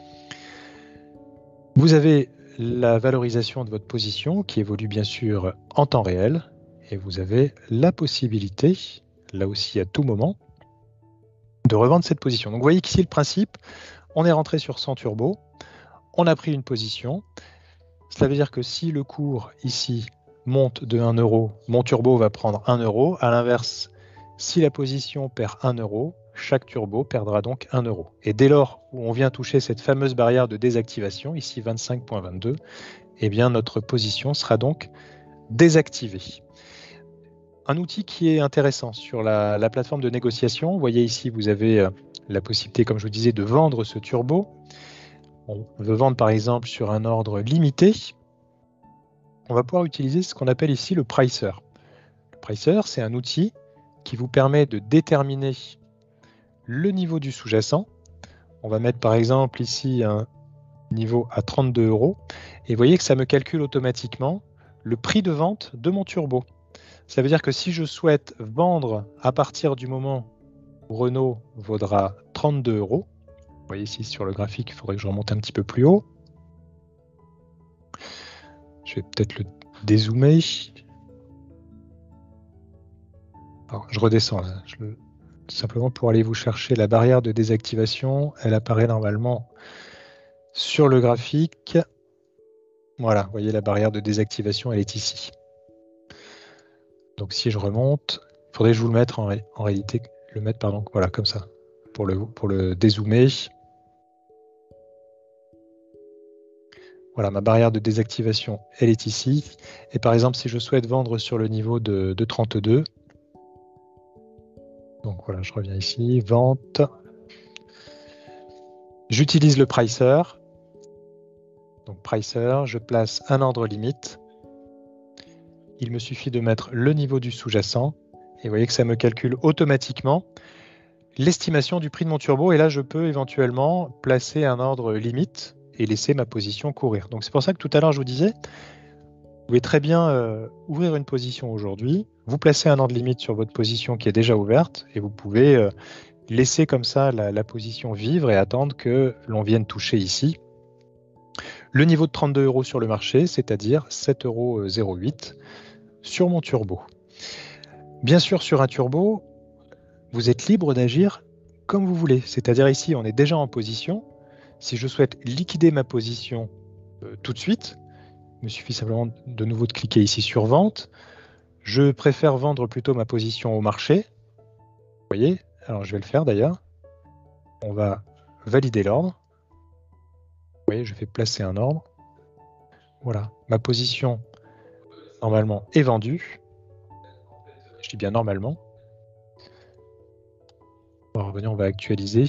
Vous avez la valorisation de votre position qui évolue bien sûr en temps réel et vous avez la possibilité, là aussi à tout moment, de revendre cette position. Donc vous voyez qu'ici le principe, on est rentré sur 100 turbo, on a pris une position. Cela veut dire que si le cours ici monte de 1 euro, mon turbo va prendre 1 euro. À l'inverse, si la position perd 1 euro, chaque turbo perdra donc 1 euro. Et dès lors où on vient toucher cette fameuse barrière de désactivation, ici 25,22, eh bien notre position sera donc désactivée. Un outil qui est intéressant sur la plateforme de négociation, vous voyez ici, vous avez la possibilité, comme je vous disais, de vendre ce turbo. On veut vendre par exemple sur un ordre limité. On va pouvoir utiliser ce qu'on appelle ici le pricer. Le pricer, c'est un outil qui vous permet de déterminer le niveau du sous-jacent. On va mettre par exemple ici un niveau à 32 euros. Et vous voyez que ça me calcule automatiquement le prix de vente de mon turbo. Ça veut dire que si je souhaite vendre à partir du moment où Renault vaudra 32 euros, voyez ici sur le graphique, il faudrait que je remonte un petit peu plus haut. Je vais peut-être le dézoomer. Alors, je redescends là. Simplement pour aller vous chercher la barrière de désactivation. Elle apparaît normalement sur le graphique. Voilà, vous voyez la barrière de désactivation, elle est ici. Donc si je remonte, il faudrait que je vous le mette en réalité, voilà, comme ça, pour le dézoomer. Voilà, ma barrière de désactivation, elle est ici. Et par exemple, si je souhaite vendre sur le niveau de 32, donc voilà, je reviens ici, vente. J'utilise le pricer. Donc pricer, je place un ordre limite. Il me suffit de mettre le niveau du sous-jacent. Et vous voyez que ça me calcule automatiquement l'estimation du prix de mon turbo. Et là, je peux éventuellement placer un ordre limite et laisser ma position courir. Donc c'est pour ça que tout à l'heure, je vous disais, vous pouvez très bien ouvrir une position aujourd'hui, vous placez un ordre limite sur votre position qui est déjà ouverte, et vous pouvez laisser comme ça la position vivre et attendre que l'on vienne toucher ici le niveau de 32 € sur le marché, c'est-à-dire 7,08 € sur mon turbo. Bien sûr, sur un turbo, vous êtes libre d'agir comme vous voulez. C'est-à-dire ici, on est déjà en position. Si je souhaite liquider ma position tout de suite, il me suffit simplement de nouveau de cliquer ici sur vente. Je préfère vendre plutôt ma position au marché. Vous voyez, alors je vais le faire d'ailleurs. On va valider l'ordre. Vous voyez, je fais placer un ordre. Voilà, ma position normalement est vendue. Je dis bien normalement. On va revenir, on va actualiser.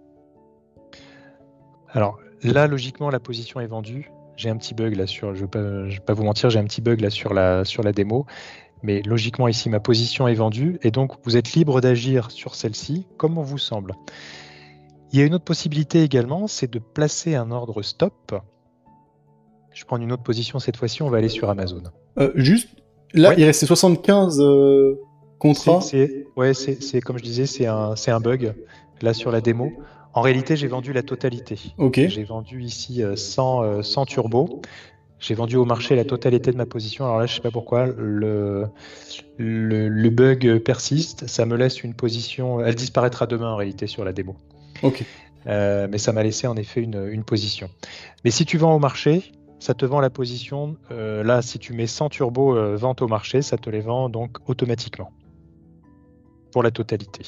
Alors là, logiquement, la position est vendue. J'ai un petit bug là sur, je vais pas vous mentir, j'ai un petit bug là sur la démo. Mais logiquement, ici, ma position est vendue. Et donc, vous êtes libre d'agir sur celle-ci comme on vous semble. Il y a une autre possibilité également, c'est de placer un ordre stop. Je prends une autre position cette fois-ci, on va aller sur Amazon. Juste, là, ouais. Il restait 75 contrats. Ouais, c'est comme je disais, c'est un bug là sur la démo. En réalité, j'ai vendu la totalité. Ok. J'ai vendu ici 100 turbos. J'ai vendu au marché la totalité de ma position. Alors là, je ne sais pas pourquoi, le bug persiste. Ça me laisse une position. Elle disparaîtra demain en réalité sur la démo. Ok. Mais ça m'a laissé en effet une position. Mais si tu vends au marché, ça te vend la position. Là, si tu mets 100 turbos vente au marché, ça te les vend donc automatiquement pour la totalité.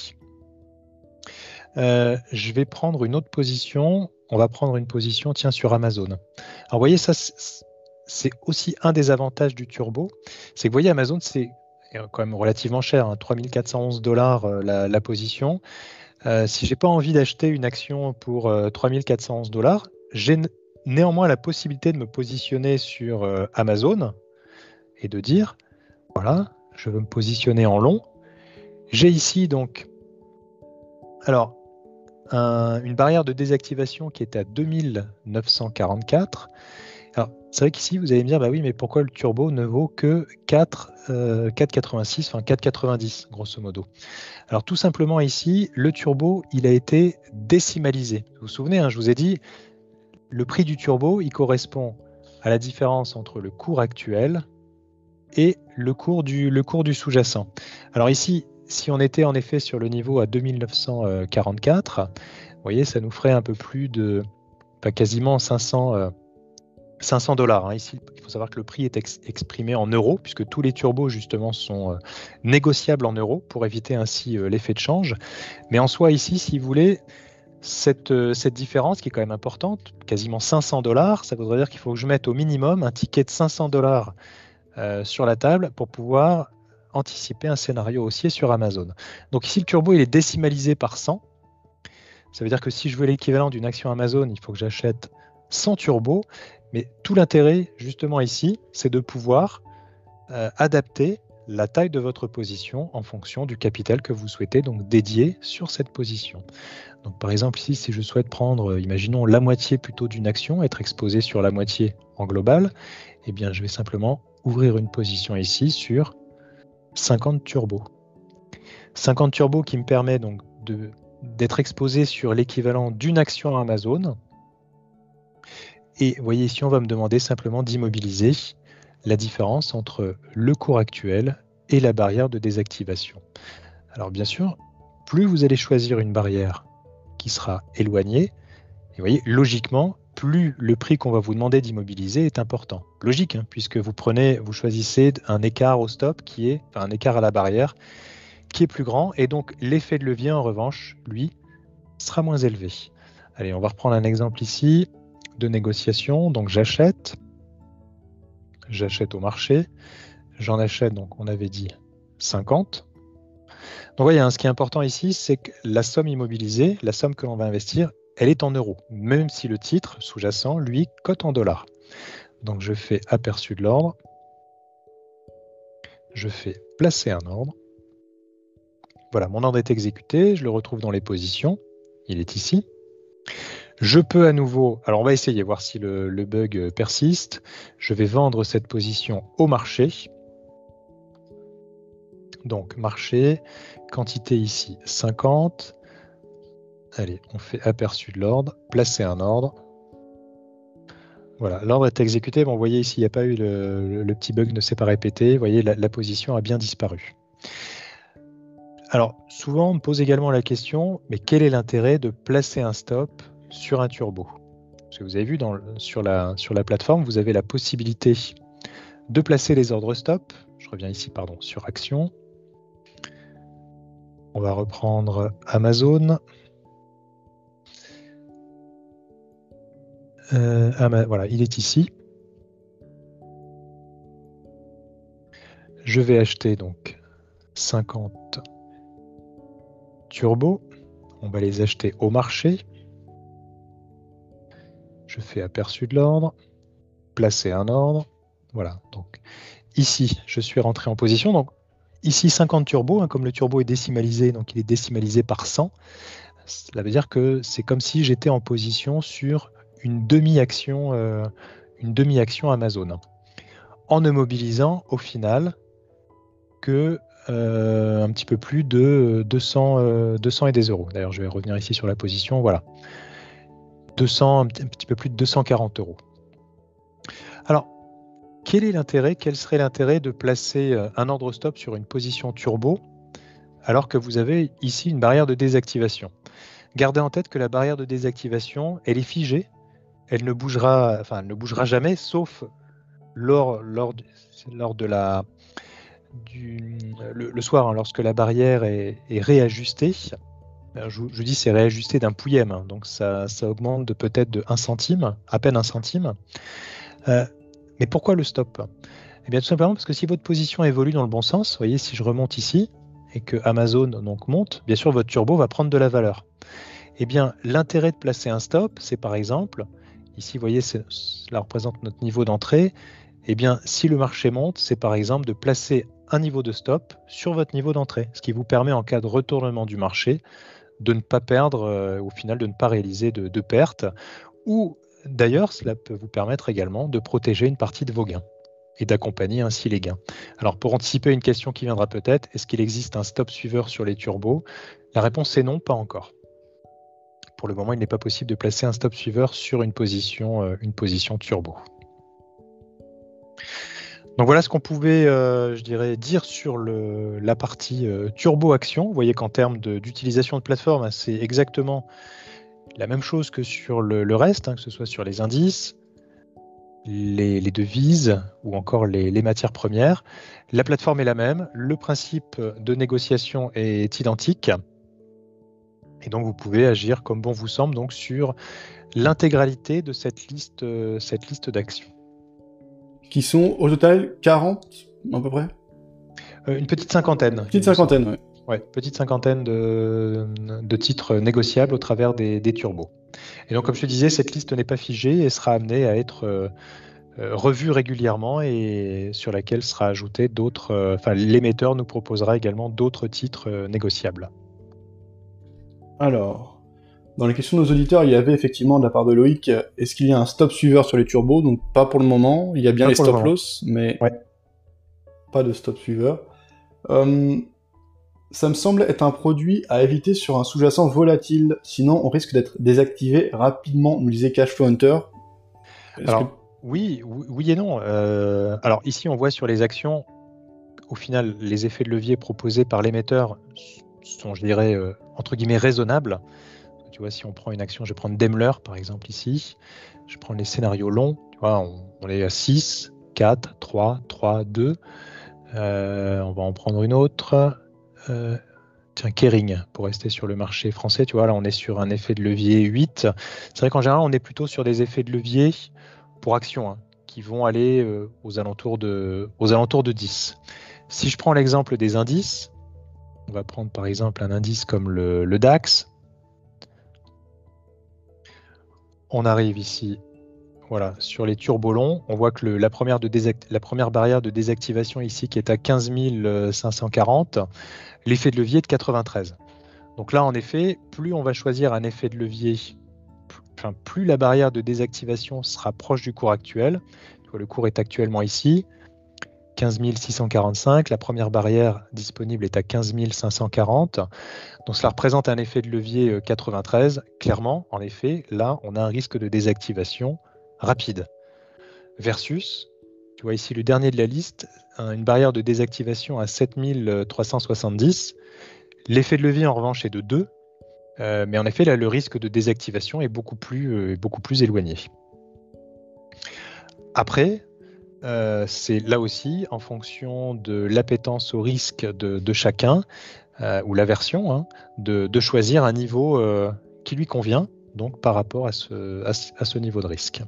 Je vais prendre une autre position. On va prendre une position, tiens, sur Amazon. Alors, vous voyez, ça, c'est aussi un des avantages du turbo. C'est que, vous voyez, Amazon, c'est quand même relativement cher, hein, 3 411 $ la position. Si je n'ai pas envie d'acheter une action pour 3 411 $, j'ai néanmoins la possibilité de me positionner sur Amazon et de dire, voilà, je veux me positionner en long. J'ai ici donc, alors, une barrière de désactivation qui est à 2944. Alors, c'est vrai qu'ici, vous allez me dire, bah oui, mais pourquoi le turbo ne vaut que 4,86, enfin 4,90, grosso modo. Alors, tout simplement ici, le turbo, il a été décimalisé. Vous vous souvenez, hein, je vous ai dit, le prix du turbo, il correspond à la différence entre le cours actuel et le cours du sous-jacent. Alors ici, si on était en effet sur le niveau à 2944, vous voyez, ça nous ferait un peu plus de, quasiment 500 $. Hein. Ici, il faut savoir que le prix est exprimé en euros, puisque tous les turbos, justement, sont négociables en euros pour éviter ainsi l'effet de change. Mais en soi, ici, si vous voulez, cette différence qui est quand même importante, quasiment 500 $, ça voudrait dire qu'il faut que je mette au minimum un ticket de 500 $ sur la table pour pouvoir anticiper un scénario haussier sur Amazon. Donc ici, le turbo, il est décimalisé par 100. Ça veut dire que si je veux l'équivalent d'une action Amazon, il faut que j'achète 100 turbos. Mais tout l'intérêt, justement ici, c'est de pouvoir adapter la taille de votre position en fonction du capital que vous souhaitez donc dédier sur cette position. Donc par exemple ici, si je souhaite prendre, imaginons la moitié plutôt d'une action, être exposé sur la moitié en global, eh bien je vais simplement ouvrir une position ici sur 50 turbos. 50 turbos qui me permet donc de d'être exposé sur l'équivalent d'une action Amazon. Et vous voyez ici, on va me demander simplement d'immobiliser la différence entre le cours actuel et la barrière de désactivation. Alors bien sûr, plus vous allez choisir une barrière qui sera éloignée, et vous voyez, logiquement, plus le prix qu'on va vous demander d'immobiliser est important. Logique, hein, puisque vous choisissez un écart au stop un écart à la barrière qui est plus grand, et donc l'effet de levier, en revanche, lui, sera moins élevé. Allez, on va reprendre un exemple ici de négociation. Donc j'achète au marché, j'en achète, donc on avait dit 50. Donc voyez, ce qui est important ici, c'est que la somme immobilisée, la somme que l'on va investir, elle est en euros, même si le titre sous-jacent, lui, cote en dollars. Donc je fais aperçu de l'ordre, je fais placer un ordre. Voilà, mon ordre est exécuté, je le retrouve dans les positions, il est ici. Je peux à nouveau, alors on va essayer, voir si le bug persiste. Je vais vendre cette position au marché. Donc marché, quantité ici 50. Allez, on fait aperçu de l'ordre, placer un ordre. Voilà, l'ordre est exécuté. Bon, vous voyez ici, il n'y a pas eu le petit bug ne s'est pas répété. Vous voyez, la position a bien disparu. Alors, souvent, on me pose également la question, mais quel est l'intérêt de placer un stop sur un turbo? Parce que vous avez vu, sur la plateforme, vous avez la possibilité de placer les ordres stop. Je reviens ici, sur Action. On va reprendre Amazon. Voilà, il est ici. Je vais acheter donc 50 turbos. On va les acheter au marché. Je fais aperçu de l'ordre, placer un ordre. Voilà, donc ici, je suis rentré en position. Donc ici, 50 turbos, comme le turbo est décimalisé, donc il est décimalisé par 100. Cela veut dire que c'est comme si j'étais en position sur une demi-action Amazon, en ne mobilisant au final que un petit peu plus de 200 et des euros. D'ailleurs, je vais revenir ici sur la position. Voilà. un petit peu plus de 240 euros. Alors, quel serait l'intérêt de placer un ordre stop sur une position turbo alors que vous avez ici une barrière de désactivation? Gardez en tête que la barrière de désactivation, elle est figée, elle ne bougera jamais, sauf lors de le soir, lorsque la barrière est réajustée. Je dis c'est réajusté d'un pouillème, donc ça augmente de peut-être de 1 centime, à peine 1 centime. Mais pourquoi le stop? Eh bien tout simplement parce que si votre position évolue dans le bon sens, vous voyez, si je remonte ici et que Amazon donc monte, bien sûr votre turbo va prendre de la valeur. Eh bien l'intérêt de placer un stop, c'est par exemple, ici vous voyez, cela représente notre niveau d'entrée. Eh bien si le marché monte, c'est par exemple de placer un niveau de stop sur votre niveau d'entrée, ce qui vous permet en cas de retournement du marché de ne pas perdre, au final de ne pas réaliser de pertes, ou d'ailleurs cela peut vous permettre également de protéger une partie de vos gains et d'accompagner ainsi les gains. Alors pour anticiper une question qui viendra peut-être, est-ce qu'il existe un stop suiveur sur les turbos? La réponse est non, pas encore. Pour le moment, il n'est pas possible de placer un stop suiveur sur une position turbo. Donc voilà ce qu'on pouvait, je dirais, dire sur la partie turbo action. Vous voyez qu'en termes d'utilisation de plateforme, c'est exactement la même chose que sur le reste, que ce soit sur les indices, les devises ou encore les matières premières. La plateforme est la même, le principe de négociation est identique. Et donc vous pouvez agir comme bon vous semble donc sur l'intégralité de cette liste d'actions. Qui sont au total 40 à peu près? Une petite cinquantaine. Petite cinquantaine, oui. Ouais, petite cinquantaine de titres négociables au travers des turbos. Et donc, comme je te disais, cette liste n'est pas figée et sera amenée à être revue régulièrement et sur laquelle sera ajouté d'autres. L'émetteur nous proposera également d'autres titres négociables. Alors, dans les questions de nos auditeurs, il y avait effectivement de la part de Loïc, est-ce qu'il y a un stop suiveur sur les turbos? Donc pas pour le moment, il y a bien les stop loss, mais pas de stop suiveur. Ça me semble être un produit à éviter sur un sous-jacent volatile, sinon on risque d'être désactivé rapidement, nous disait Cashflow Hunter. Alors, oui et non. Alors ici, on voit sur les actions, au final, les effets de levier proposés par l'émetteur sont, je dirais, entre guillemets, raisonnables. Tu vois, si on prend une action, je vais prendre Daimler, par exemple, ici. Je prends les scénarios longs. Tu vois, on est à 6, 4, 3, 3, 2. On va en prendre une autre. Tiens, Kering, pour rester sur le marché français, tu vois, là on est sur un effet de levier 8. C'est vrai qu'en général, on est plutôt sur des effets de levier pour action, hein, qui vont aller aux alentours de 10. Si je prends l'exemple des indices, on va prendre par exemple un indice comme le DAX. On arrive ici, voilà, sur les turbolongs. On voit que la première barrière de désactivation ici qui est à 15 540, l'effet de levier est de 93. Donc là, en effet, plus on va choisir un effet de levier, plus la barrière de désactivation sera proche du cours actuel. Le cours est actuellement ici, 15 645. La première barrière disponible est à 15 540. Donc cela représente un effet de levier 93. Clairement, en effet, là, on a un risque de désactivation rapide. Versus, tu vois ici le dernier de la liste, une barrière de désactivation à 7 370. L'effet de levier, en revanche, est de 2. Mais en effet, là, le risque de désactivation est beaucoup plus éloigné. Après, c'est là aussi en fonction de l'appétence au risque de chacun, ou l'aversion, hein, de choisir un niveau qui lui convient, donc par rapport à ce niveau de risque.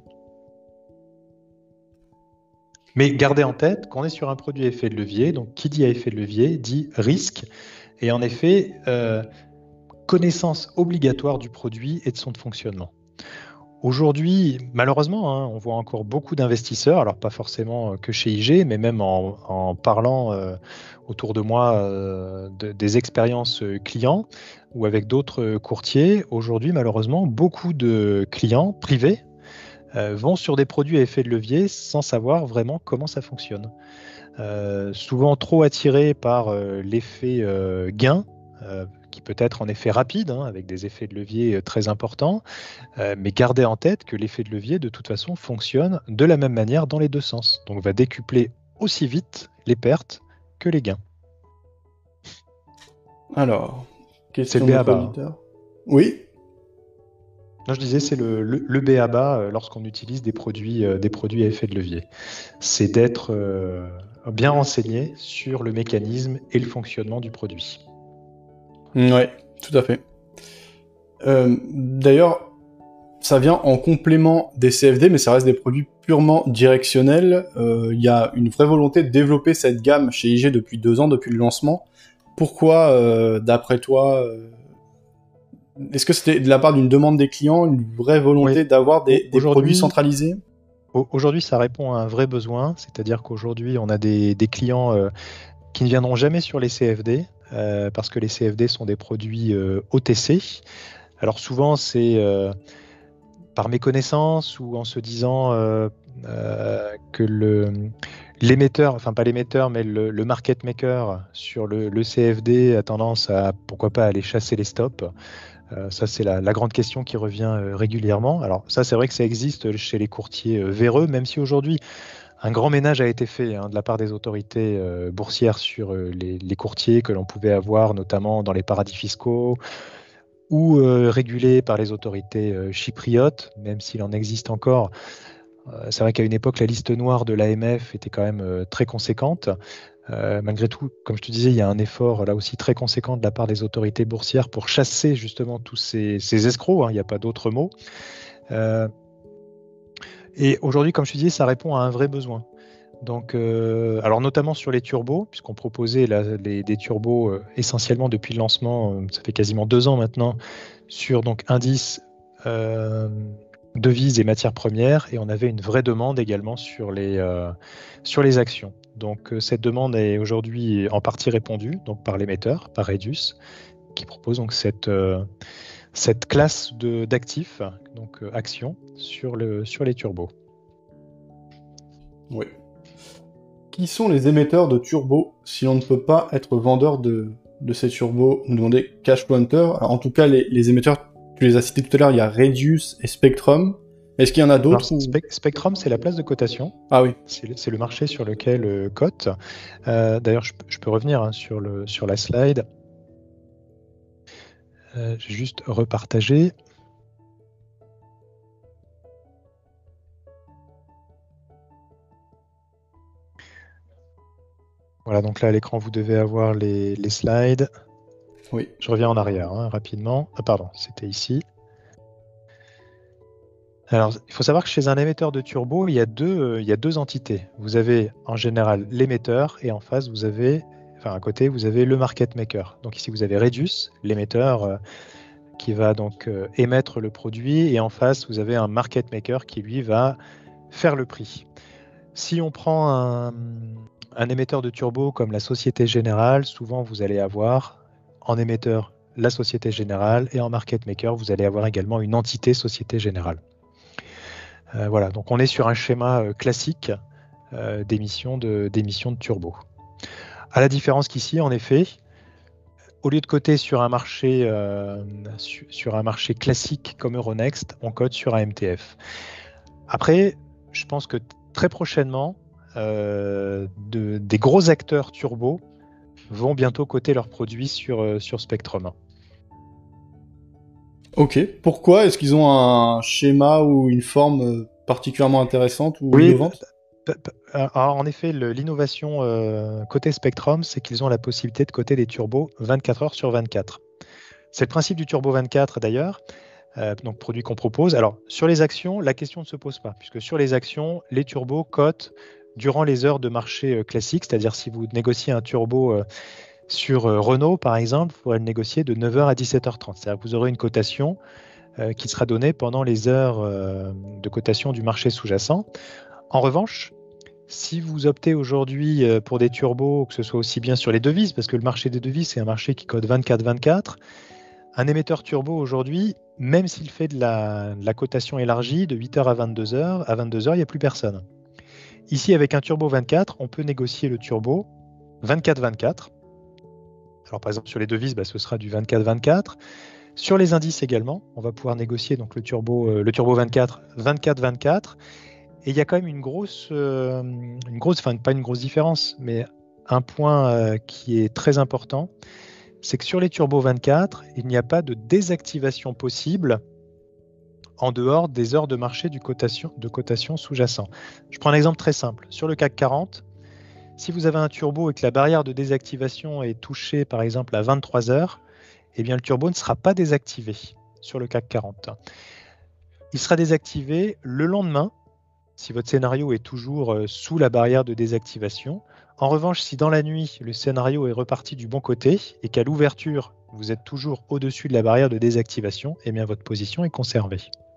Mais gardez en tête qu'on est sur un produit à effet de levier, donc qui dit à effet de levier dit risque, et en effet, connaissance obligatoire du produit et de son fonctionnement. Aujourd'hui, malheureusement, hein, on voit encore beaucoup d'investisseurs, alors pas forcément que chez IG, mais même en parlant autour de moi des expériences clients ou avec d'autres courtiers. Aujourd'hui, malheureusement, beaucoup de clients privés vont sur des produits à effet de levier sans savoir vraiment comment ça fonctionne. Souvent trop attirés par l'effet gain, qui peut être en effet rapide, hein, avec des effets de levier très importants, mais gardez en tête que l'effet de levier, de toute façon, fonctionne de la même manière dans les deux sens. Donc, va décupler aussi vite les pertes que les gains. Alors, question c'est de le notre b.a.-ba. auditeur. Oui. Non, je disais, c'est le b.a.-ba lorsqu'on utilise des produits à effet de levier. C'est d'être bien renseigné sur le mécanisme et le fonctionnement du produit. Ouais, tout à fait. D'ailleurs, ça vient en complément des CFD, mais ça reste des produits purement directionnels. Il y a une vraie volonté de développer cette gamme chez IG depuis 2 ans, depuis le lancement. Pourquoi, d'après toi, est-ce que c'était de la part d'une demande des clients, une vraie volonté d'avoir des produits centralisés ? Aujourd'hui, ça répond à un vrai besoin, c'est-à-dire qu'aujourd'hui, on a des clients qui ne viendront jamais sur les CFD, parce que les CFD sont des produits OTC. Alors souvent, c'est par méconnaissance ou en se disant que l'émetteur, enfin pas l'émetteur, mais le market maker sur le CFD a tendance à, pourquoi pas, aller chasser les stops. Ça, c'est la grande question qui revient régulièrement. Alors ça, c'est vrai que ça existe chez les courtiers véreux, même si aujourd'hui, un grand ménage a été fait de la part des autorités boursières sur les courtiers que l'on pouvait avoir, notamment dans les paradis fiscaux, ou régulés par les autorités chypriotes, même s'il en existe encore. C'est vrai qu'à une époque, la liste noire de l'AMF était quand même très conséquente. Malgré tout, comme je te disais, il y a un effort là aussi très conséquent de la part des autorités boursières pour chasser justement tous ces escrocs, hein, il n'y a pas d'autre mot. Et aujourd'hui, comme je te disais, ça répond à un vrai besoin. Donc, alors notamment sur les turbos, puisqu'on proposait des turbos essentiellement depuis le lancement, ça fait quasiment 2 ans maintenant, sur donc indices, devises et matières premières, et on avait une vraie demande également sur les actions. Donc cette demande est aujourd'hui en partie répondue donc par l'émetteur, par Redus, qui propose donc cette classe d'actifs, donc actions, sur les turbos. Oui. Qui sont les émetteurs de turbo si l'on ne peut pas être vendeur de de ces turbos, nous demandait Cash Planter. Alors, en tout cas, les émetteurs, tu les as cités tout à l'heure, il y a Radius et Spectrum. Est-ce qu'il y en a d'autres Spectrum, c'est la place de cotation. Ah oui. C'est le marché sur lequel cote. D'ailleurs, je peux revenir hein, sur la slide. J'ai juste repartagé. Voilà, donc là à l'écran, vous devez avoir les slides. Oui. Je reviens en arrière hein, rapidement. Ah, pardon, c'était ici. Alors, il faut savoir que chez un émetteur de turbo, il y a deux entités. Vous avez en général l'émetteur et en face, à côté, vous avez le market maker. Donc ici, vous avez Radius, l'émetteur qui va donc émettre le produit, et en face, vous avez un market maker qui, lui, va faire le prix. Si on prend un émetteur de turbo comme la Société Générale, souvent, vous allez avoir en émetteur la Société Générale et en market maker, vous allez avoir également une entité Société Générale. Voilà, donc on est sur un schéma classique d'émission de turbo. À la différence qu'ici, en effet, au lieu de coter sur un marché classique comme Euronext, on cote sur un MTF. Après, je pense que très prochainement, des gros acteurs turbo vont bientôt coter leurs produits sur Spectrum. Ok. Pourquoi? Est-ce qu'ils ont un schéma ou une forme particulièrement intéressante ou innovante? Alors, en effet, l'innovation côté Spectrum, c'est qu'ils ont la possibilité de coter des turbos 24 heures sur 24. C'est le principe du turbo 24 d'ailleurs, donc produit qu'on propose. Alors, sur les actions, la question ne se pose pas, puisque sur les actions, les turbos cotent durant les heures de marché classiques, c'est-à-dire si vous négociez un turbo sur Renault, par exemple, vous pourrez le négocier de 9h à 17h30. C'est-à-dire que vous aurez une cotation qui sera donnée pendant les heures de cotation du marché sous-jacent. En revanche, si vous optez aujourd'hui pour des turbos, que ce soit aussi bien sur les devises, parce que le marché des devises, c'est un marché qui code 24-24, un émetteur turbo aujourd'hui, même s'il fait de la cotation élargie de 8h à 22h, il n'y a plus personne. Ici, avec un turbo 24, on peut négocier le turbo 24-24. Alors, par exemple, sur les devises, ce sera du 24-24. Sur les indices également, on va pouvoir négocier donc le turbo 24, 24-24. Et il y a quand même une grosse, enfin pas une grosse différence, mais un point qui est très important, c'est que sur les turbos 24, il n'y a pas de désactivation possible en dehors des heures de marché de cotation sous-jacent. Je prends un exemple très simple. Sur le CAC 40, si vous avez un turbo et que la barrière de désactivation est touchée par exemple à 23 heures, eh bien le turbo ne sera pas désactivé sur le CAC 40. Il sera désactivé le lendemain, si votre scénario est toujours sous la barrière de désactivation. En revanche, si dans la nuit, le scénario est reparti du bon côté et qu'à l'ouverture, vous êtes toujours au-dessus de la barrière de désactivation, eh bien votre position est conservée.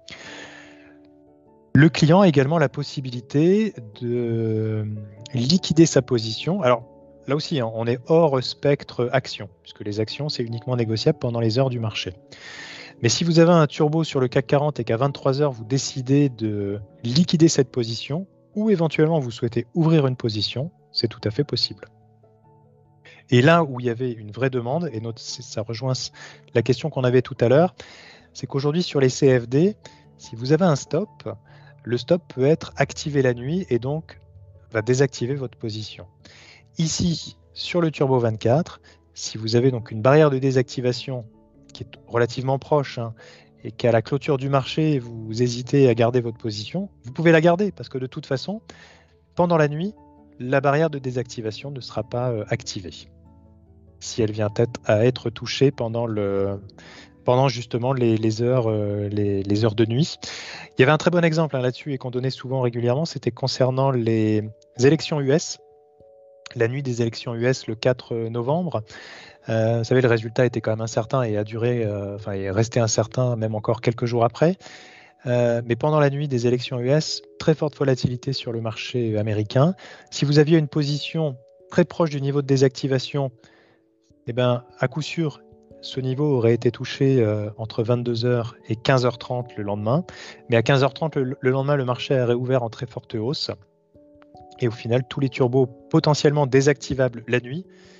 Le client a également la possibilité de liquider sa position. Alors là aussi, on est hors spectre action, puisque les actions, c'est uniquement négociable pendant les heures du marché. Mais si vous avez un turbo sur le CAC 40 et qu'à 23 heures, vous décidez de liquider cette position, ou éventuellement vous souhaitez ouvrir une position, c'est tout à fait possible. Et là où il y avait une vraie demande, et ça rejoint la question qu'on avait tout à l'heure, c'est qu'aujourd'hui sur les CFD, si vous avez un stop, le stop peut être activé la nuit et donc va désactiver votre position. Ici, sur le Turbo 24, si vous avez donc une barrière de désactivation qui est relativement proche et qu'à la clôture du marché, vous hésitez à garder votre position, vous pouvez la garder parce que de toute façon, pendant la nuit, la barrière de désactivation ne sera pas activée si elle vient à être touchée pendant justement les heures de nuit. Il y avait un très bon exemple là-dessus et qu'on donnait souvent régulièrement, c'était concernant les élections US, la nuit des élections US le 4 novembre. Vous savez, le résultat était quand même incertain et a duré, est resté incertain même encore quelques jours après. Mais pendant la nuit des élections US, très forte volatilité sur le marché américain. Si vous aviez une position très proche du niveau de désactivation, eh ben, à coup sûr, ce niveau aurait été touché entre 22h et 15h30 le lendemain. Mais à 15h30 le lendemain, le marché a réouvert en très forte hausse. Et au final, tous les turbos potentiellement désactivables la nuit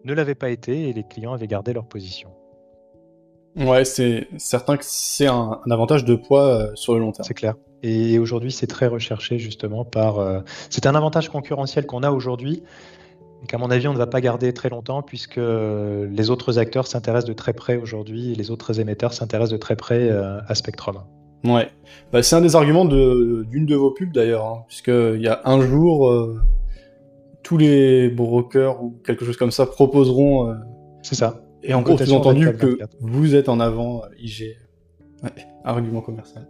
ne l'avaient pas été et les clients avaient gardé leur position. Ouais, c'est certain que c'est un avantage de poids sur le long terme. C'est clair. Et aujourd'hui, c'est très recherché justement c'est un avantage concurrentiel qu'on a aujourd'hui, qu'à mon avis, on ne va pas garder très longtemps puisque les autres acteurs s'intéressent de très près aujourd'hui et les autres émetteurs s'intéressent de très près à Spectrum. Ouais. Bah, c'est un des arguments d'une de vos pubs d'ailleurs, hein, puisqu'il y a un jour, tous les brokers ou quelque chose comme ça proposeront. C'est ça. Et en gros, sous-entendu que vous êtes en avant IG. Ouais, argument commercial.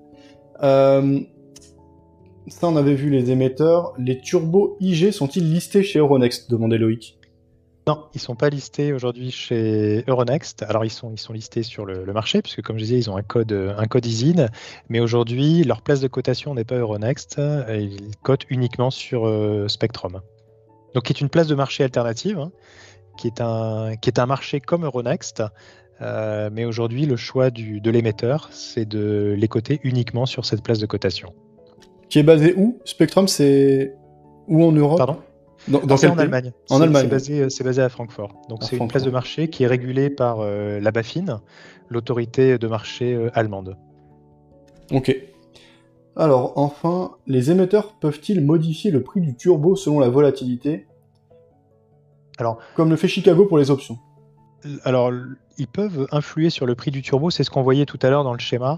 Ça, on avait vu les émetteurs. Les turbos IG sont-ils listés chez Euronext, demandait Loïc. Non, ils ne sont pas listés aujourd'hui chez Euronext. Alors, ils sont listés sur le marché, puisque comme je disais, ils ont un code ISIN. Mais aujourd'hui, leur place de cotation n'est pas Euronext. Ils cotent uniquement sur Spectrum. Donc, qui est une place de marché alternative, hein, qui est un marché comme Euronext. Mais aujourd'hui, le choix de l'émetteur, c'est de les coter uniquement sur cette place de cotation. Qui est basé où? Spectrum, c'est où en Europe? Pardon? C'est en Allemagne. En Allemagne. C'est basé à Francfort. Donc c'est une place de marché qui est régulée par la BaFin, l'autorité de marché allemande. Ok. Alors enfin, les émetteurs peuvent-ils modifier le prix du turbo selon la volatilité? Alors, comme le fait Chicago pour les options. Alors, ils peuvent influer sur le prix du turbo, c'est ce qu'on voyait tout à l'heure dans le schéma.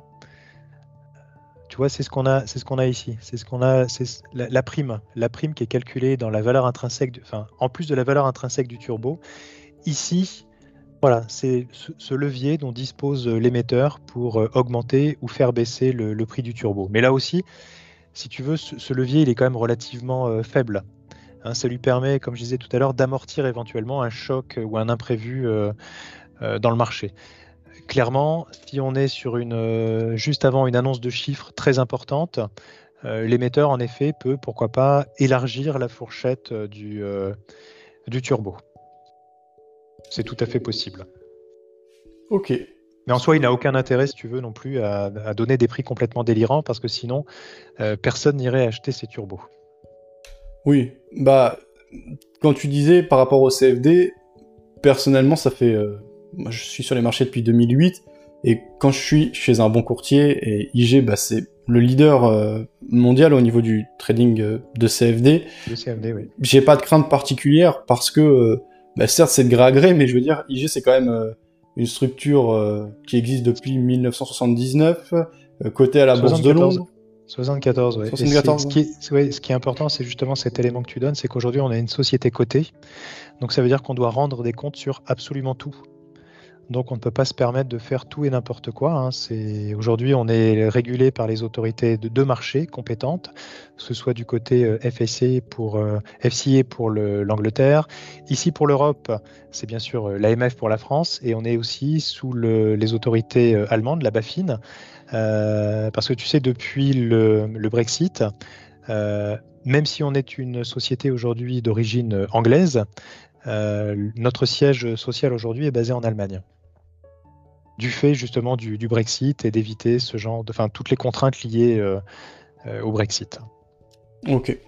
Tu vois, c'est ce qu'on a ici. C'est la prime qui est calculée dans la valeur intrinsèque, en plus de la valeur intrinsèque du turbo. Ici, voilà, c'est ce levier dont dispose l'émetteur pour augmenter ou faire baisser le prix du turbo. Mais là aussi, si tu veux, ce levier, il est quand même relativement faible. Hein, ça lui permet, comme je disais tout à l'heure, d'amortir éventuellement un choc ou un imprévu dans le marché. Clairement, si on est sur juste avant une annonce de chiffres très importante, l'émetteur, en effet, peut, pourquoi pas, élargir la fourchette du turbo. C'est tout à fait possible. Ok. Mais en soi, il n'a aucun intérêt, si tu veux, non plus, à donner des prix complètement délirants, parce que sinon, personne n'irait acheter ces turbos. Oui, bah, quand tu disais par rapport au CFD, personnellement, ça fait... moi, je suis sur les marchés depuis 2008, et quand je suis chez un bon courtier, et IG, bah, c'est le leader mondial au niveau du trading de CFD. Le CFD, oui. J'ai pas de crainte particulière, parce que, bah, certes, c'est de gré à gré, mais je veux dire, IG, c'est quand même une structure qui existe depuis 1979, cotée à la Bourse de Londres. 74, oui. 74, ce qui est important, c'est justement cet élément que tu donnes, c'est qu'aujourd'hui, on a une société cotée. Donc, ça veut dire qu'on doit rendre des comptes sur absolument tout. Donc, on ne peut pas se permettre de faire tout et n'importe quoi. Hein. Aujourd'hui, on est régulé par les autorités de marché compétentes, que ce soit du côté FCA pour l'Angleterre. Ici, pour l'Europe, c'est bien sûr l'AMF pour la France. Et on est aussi sous les autorités allemandes, la BaFin. Parce que tu sais, depuis le Brexit, même si on est une société aujourd'hui d'origine anglaise, notre siège social aujourd'hui est basé en Allemagne. Du fait justement du Brexit et d'éviter toutes les contraintes liées au Brexit. Ok.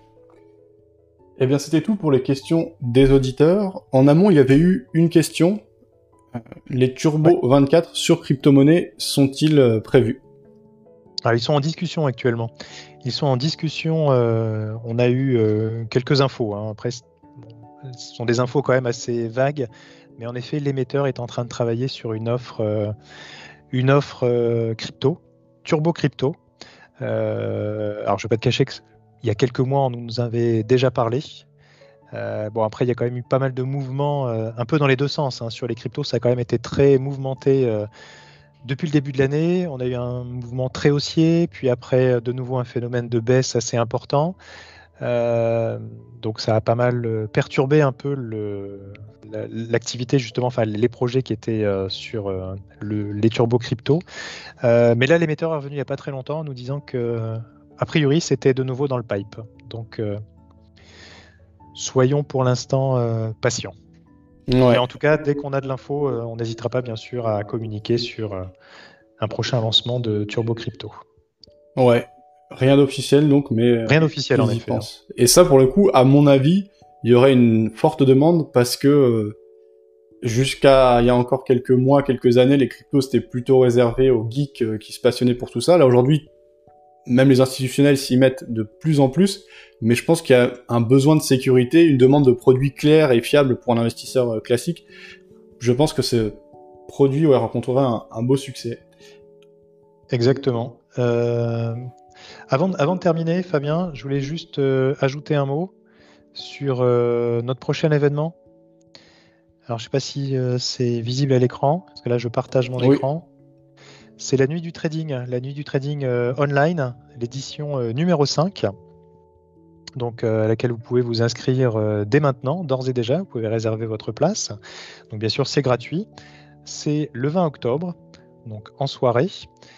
Eh bien, c'était tout pour les questions des auditeurs. En amont, il y avait eu une question. Les Turbo 24 sur crypto-monnaie sont-ils prévus? Alors, ils sont en discussion actuellement. Ils sont en discussion. On a eu quelques infos. Hein. Après, ce sont des infos quand même assez vagues. Mais en effet, l'émetteur est en train de travailler sur une offre crypto, turbo crypto. Alors, je ne vais pas te cacher qu'il y a quelques mois, on nous avait déjà parlé. Après, il y a quand même eu pas mal de mouvements, un peu dans les deux sens. Hein. Sur les cryptos, ça a quand même été très mouvementé. Depuis le début de l'année, on a eu un mouvement très haussier, puis après, de nouveau, un phénomène de baisse assez important. Donc ça a pas mal perturbé un peu l'activité, justement, enfin les projets qui étaient sur les turbos crypto. Mais là, l'émetteur est revenu il n'y a pas très longtemps en nous disant que, a priori, c'était de nouveau dans le pipe. Donc, soyons pour l'instant patients. Ouais. Mais en tout cas, dès qu'on a de l'info, on n'hésitera pas, bien sûr, à communiquer sur un prochain lancement de Turbo Crypto. Ouais, rien d'officiel donc, mais... Rien d'officiel, en effet. Et ça, pour le coup, à mon avis, il y aurait une forte demande parce que Jusqu'à il y a encore quelques mois, quelques années, les cryptos c'était plutôt réservé aux geeks qui se passionnaient pour tout ça. Là aujourd'hui, même les institutionnels s'y mettent de plus en plus, mais je pense qu'il y a un besoin de sécurité, une demande de produits clairs et fiables pour un investisseur classique. Je pense que ce produit rencontrerait un beau succès. Exactement. Avant de terminer, Fabien, je voulais juste ajouter un mot sur notre prochain événement. Alors, je ne sais pas si c'est visible à l'écran, parce que là, je partage mon écran. C'est la nuit du trading online, l'édition numéro 5, donc, à laquelle vous pouvez vous inscrire dès maintenant, d'ores et déjà. Vous pouvez réserver votre place. Donc, bien sûr, c'est gratuit. C'est le 20 octobre, donc en soirée,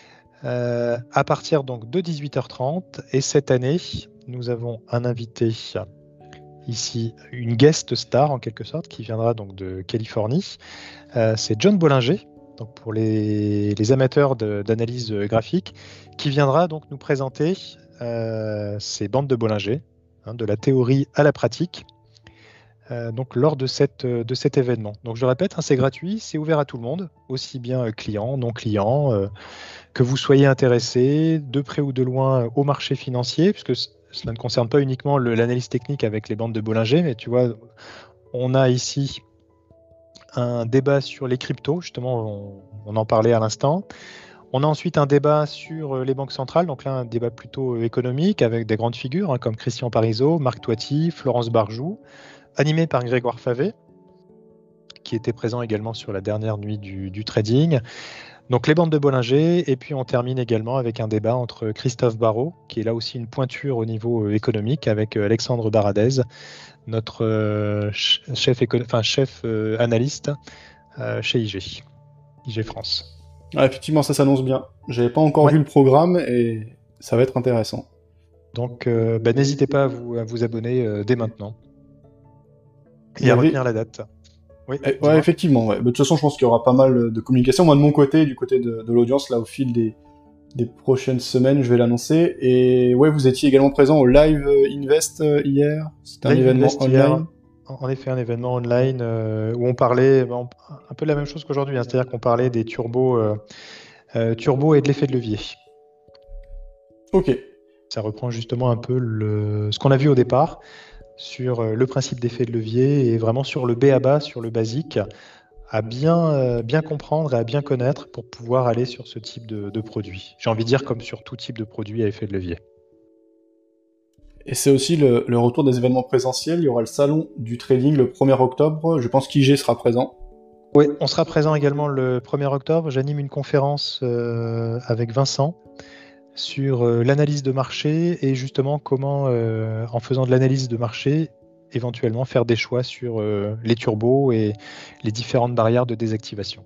à partir donc, de 18h30. Et cette année, nous avons un invité ici, une guest star en quelque sorte, qui viendra donc de Californie. C'est John Bollinger. Donc pour les amateurs d'analyse graphique, qui viendra donc nous présenter ces bandes de Bollinger, de la théorie à la pratique, donc lors de cet événement. Donc je le répète, c'est gratuit, c'est ouvert à tout le monde, aussi bien clients, non clients, que vous soyez intéressé de près ou de loin au marché financier, puisque cela ne concerne pas uniquement l'analyse technique avec les bandes de Bollinger, mais tu vois, on a ici un débat sur les cryptos, justement, on en parlait à l'instant. On a ensuite un débat sur les banques centrales, donc là un débat plutôt économique avec des grandes figures comme Christian Parizeau, Marc Toiti, Florence Barjou, animé par Grégoire Favet, qui était présent également sur la dernière nuit du trading. Donc les bandes de Bollinger, et puis on termine également avec un débat entre Christophe Barrault, qui est là aussi une pointure au niveau économique, avec Alexandre Baradez, notre chef analyste chez IG France. Ah, effectivement, ça s'annonce bien. J'avais pas encore vu le programme et ça va être intéressant. Donc, n'hésitez pas à vous abonner dès maintenant et à retenir la date. Oui, effectivement. Ouais. De toute façon, je pense qu'il y aura pas mal de communication. Moi, de mon côté, du côté de l'audience, là, au fil des prochaines semaines, je vais l'annoncer. Et ouais, vous étiez également présent au Live Invest hier. C'était un événement online. En effet, un événement online où on parlait un peu de la même chose qu'aujourd'hui. C'est-à-dire qu'on parlait des turbos et de l'effet de levier. Ok. Ça reprend justement un peu ce qu'on a vu au départ sur le principe d'effet de levier et vraiment sur le b.a.-ba, sur le basique, à bien comprendre et à bien connaître pour pouvoir aller sur ce type de produit. J'ai envie de dire comme sur tout type de produit à effet de levier. Et c'est aussi le retour des événements présentiels. Il y aura le salon du trading le 1er octobre. Je pense qu'IG sera présent. Oui, on sera présent également le 1er octobre. J'anime une conférence avec Vincent sur l'analyse de marché et justement comment, en faisant de l'analyse de marché, éventuellement faire des choix sur les turbos et les différentes barrières de désactivation.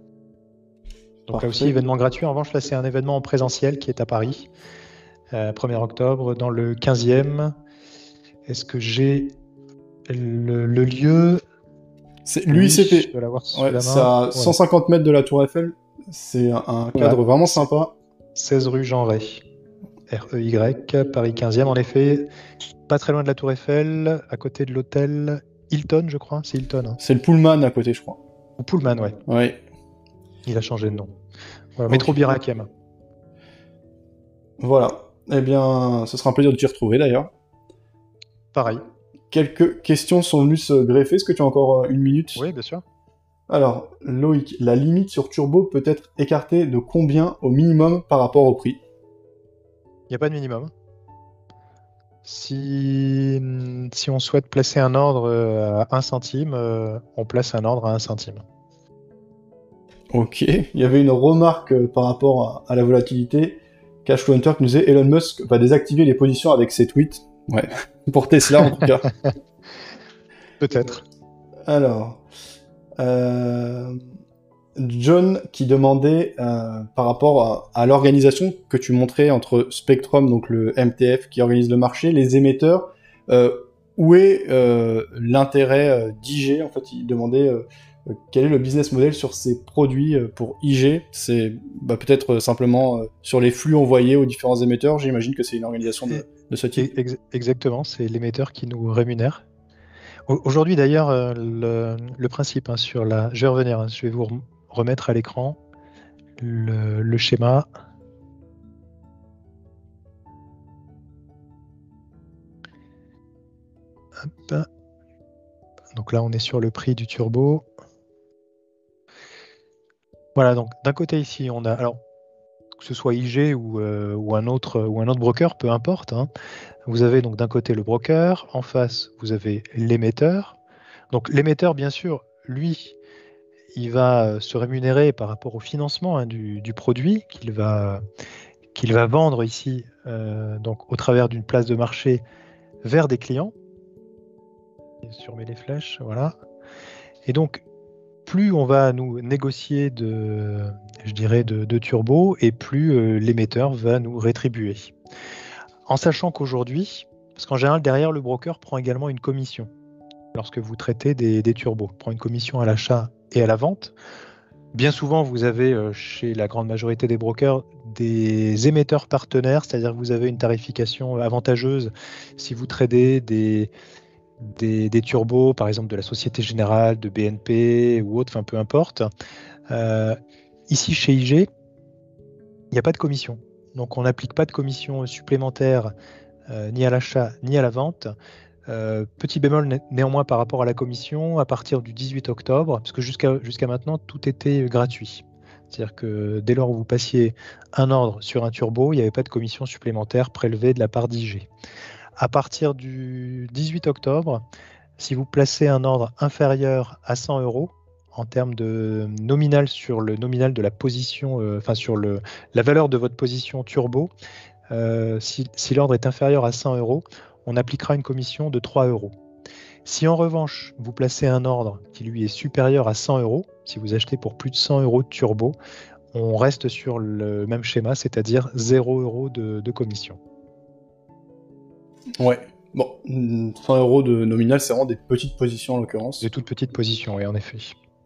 Donc là aussi, événement gratuit. En revanche, là, c'est un événement en présentiel qui est à Paris, 1er octobre, dans le 15e. Est-ce que j'ai le lieu? C'est l'UICP. Ouais, c'est à 150 mètres de la Tour Eiffel. C'est un cadre vraiment sympa. 16 rue Jean Rey. REY, Paris 15e. En effet, pas très loin de la Tour Eiffel, à côté de l'hôtel Hilton, je crois. C'est Hilton. Hein. C'est le Pullman à côté, je crois. Ou Pullman, ouais. Ouais. Il a changé de nom. Voilà, Métro Birakem. Voilà. Eh bien, ce sera un plaisir de t'y retrouver d'ailleurs. Pareil. Quelques questions sont venues se greffer. Est-ce que tu as encore une minute? Oui, bien sûr. Alors, Loïc, la limite sur Turbo peut être écartée de combien au minimum par rapport au prix? Il n'y a pas de minimum. Si on souhaite placer un ordre à 1 centime, on place un ordre à 1 centime. Ok. Il y avait une remarque par rapport à la volatilité. Cashflow Hunter qui nous disait Elon Musk va désactiver les positions avec ses tweets. Ouais. Pour Tesla, en tout cas. Peut-être. Alors... John qui demandait par rapport à l'organisation que tu montrais entre Spectrum, donc le MTF qui organise le marché, les émetteurs, où est l'intérêt d'IG? En fait, il demandait quel est le business model sur ces produits pour IG. C'est peut-être simplement sur les flux envoyés aux différents émetteurs. J'imagine que c'est une organisation de ce type. Exactement, c'est l'émetteur qui nous rémunère. Aujourd'hui d'ailleurs, le principe sur la... Je vais revenir, je vais vous remettre à l'écran le schéma. Hop. Donc là, on est sur le prix du turbo. Voilà, donc d'un côté ici, on a, alors que ce soit IG ou un autre broker, peu importe. Vous avez donc d'un côté le broker, en face vous avez l'émetteur. Donc l'émetteur, bien sûr, lui, il va se rémunérer par rapport au financement du produit qu'il va vendre ici, donc au travers d'une place de marché vers des clients. Et surmets les flèches, voilà. Et donc plus on va nous négocier de turbo, et plus l'émetteur va nous rétribuer. En sachant qu'aujourd'hui, parce qu'en général, derrière, le broker prend également une commission lorsque vous traitez des turbos. Il prend une commission à l'achat et à la vente. Bien souvent, vous avez, chez la grande majorité des brokers, des émetteurs partenaires, c'est-à-dire que vous avez une tarification avantageuse si vous tradez des turbos, par exemple de la Société Générale, de BNP ou autre, enfin peu importe. Ici, chez IG, il n'y a pas de commission. Donc on n'applique pas de commission supplémentaire ni à l'achat ni à la vente. Petit bémol néanmoins par rapport à la commission, à partir du 18 octobre, parce que jusqu'à maintenant, tout était gratuit. C'est-à-dire que dès lors où vous passiez un ordre sur un turbo, il n'y avait pas de commission supplémentaire prélevée de la part d'IG. À partir du 18 octobre, si vous placez un ordre inférieur à 100 € en termes de nominal sur le nominal de la position, sur la valeur de votre position turbo, si l'ordre est inférieur à 100 €, on appliquera une commission de 3 €. Si en revanche, vous placez un ordre qui lui est supérieur à 100 €, si vous achetez pour plus de 100 € de turbo, on reste sur le même schéma, c'est-à-dire 0 € de commission. Ouais. Bon, 100 € de nominal, c'est vraiment des petites positions en l'occurrence. Des toutes petites positions, oui, en effet.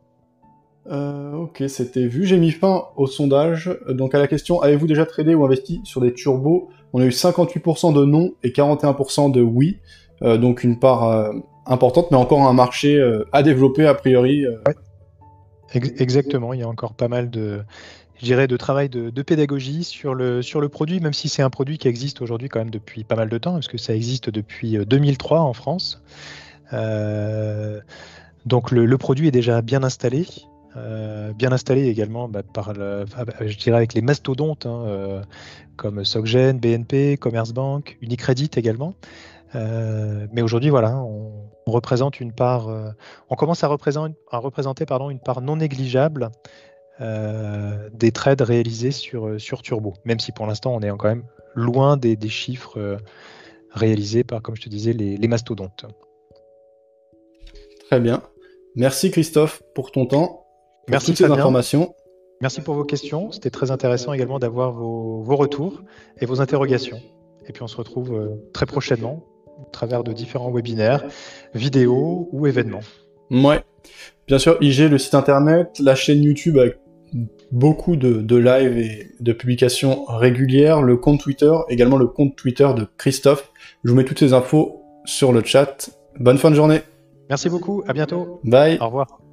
Ok, c'était vu. J'ai mis fin au sondage. Donc à la question, avez-vous déjà tradé ou investi sur des turbos? On a eu 58% de non et 41% de oui. Donc une part importante, mais encore un marché à développer a priori. Ouais. Exactement, il y a encore pas mal de travail de pédagogie sur le produit, même si c'est un produit qui existe aujourd'hui quand même depuis pas mal de temps, parce que ça existe depuis 2003 en France. Donc le produit est déjà bien installé également je dirais avec les mastodontes comme SocGen, BNP, Commerzbank, Unicredit également. Mais aujourd'hui, voilà, on représente une part, on commence à représenter une part non négligeable des trades réalisés sur Turbo, même si pour l'instant on est quand même loin des chiffres réalisés par, comme je te disais, les mastodontes. Très bien. Merci Christophe pour ton temps. Merci toutes ces informations. Merci pour vos questions. C'était très intéressant également d'avoir vos retours et vos interrogations. Et puis on se retrouve très prochainement au travers de différents webinaires, vidéos ou événements. Ouais. Bien sûr, IG, le site internet, la chaîne YouTube avec beaucoup de live et de publications régulières, le compte Twitter, également le compte Twitter de Christophe. Je vous mets toutes ces infos sur le chat. Bonne fin de journée. Merci beaucoup, à bientôt. Bye. Au revoir.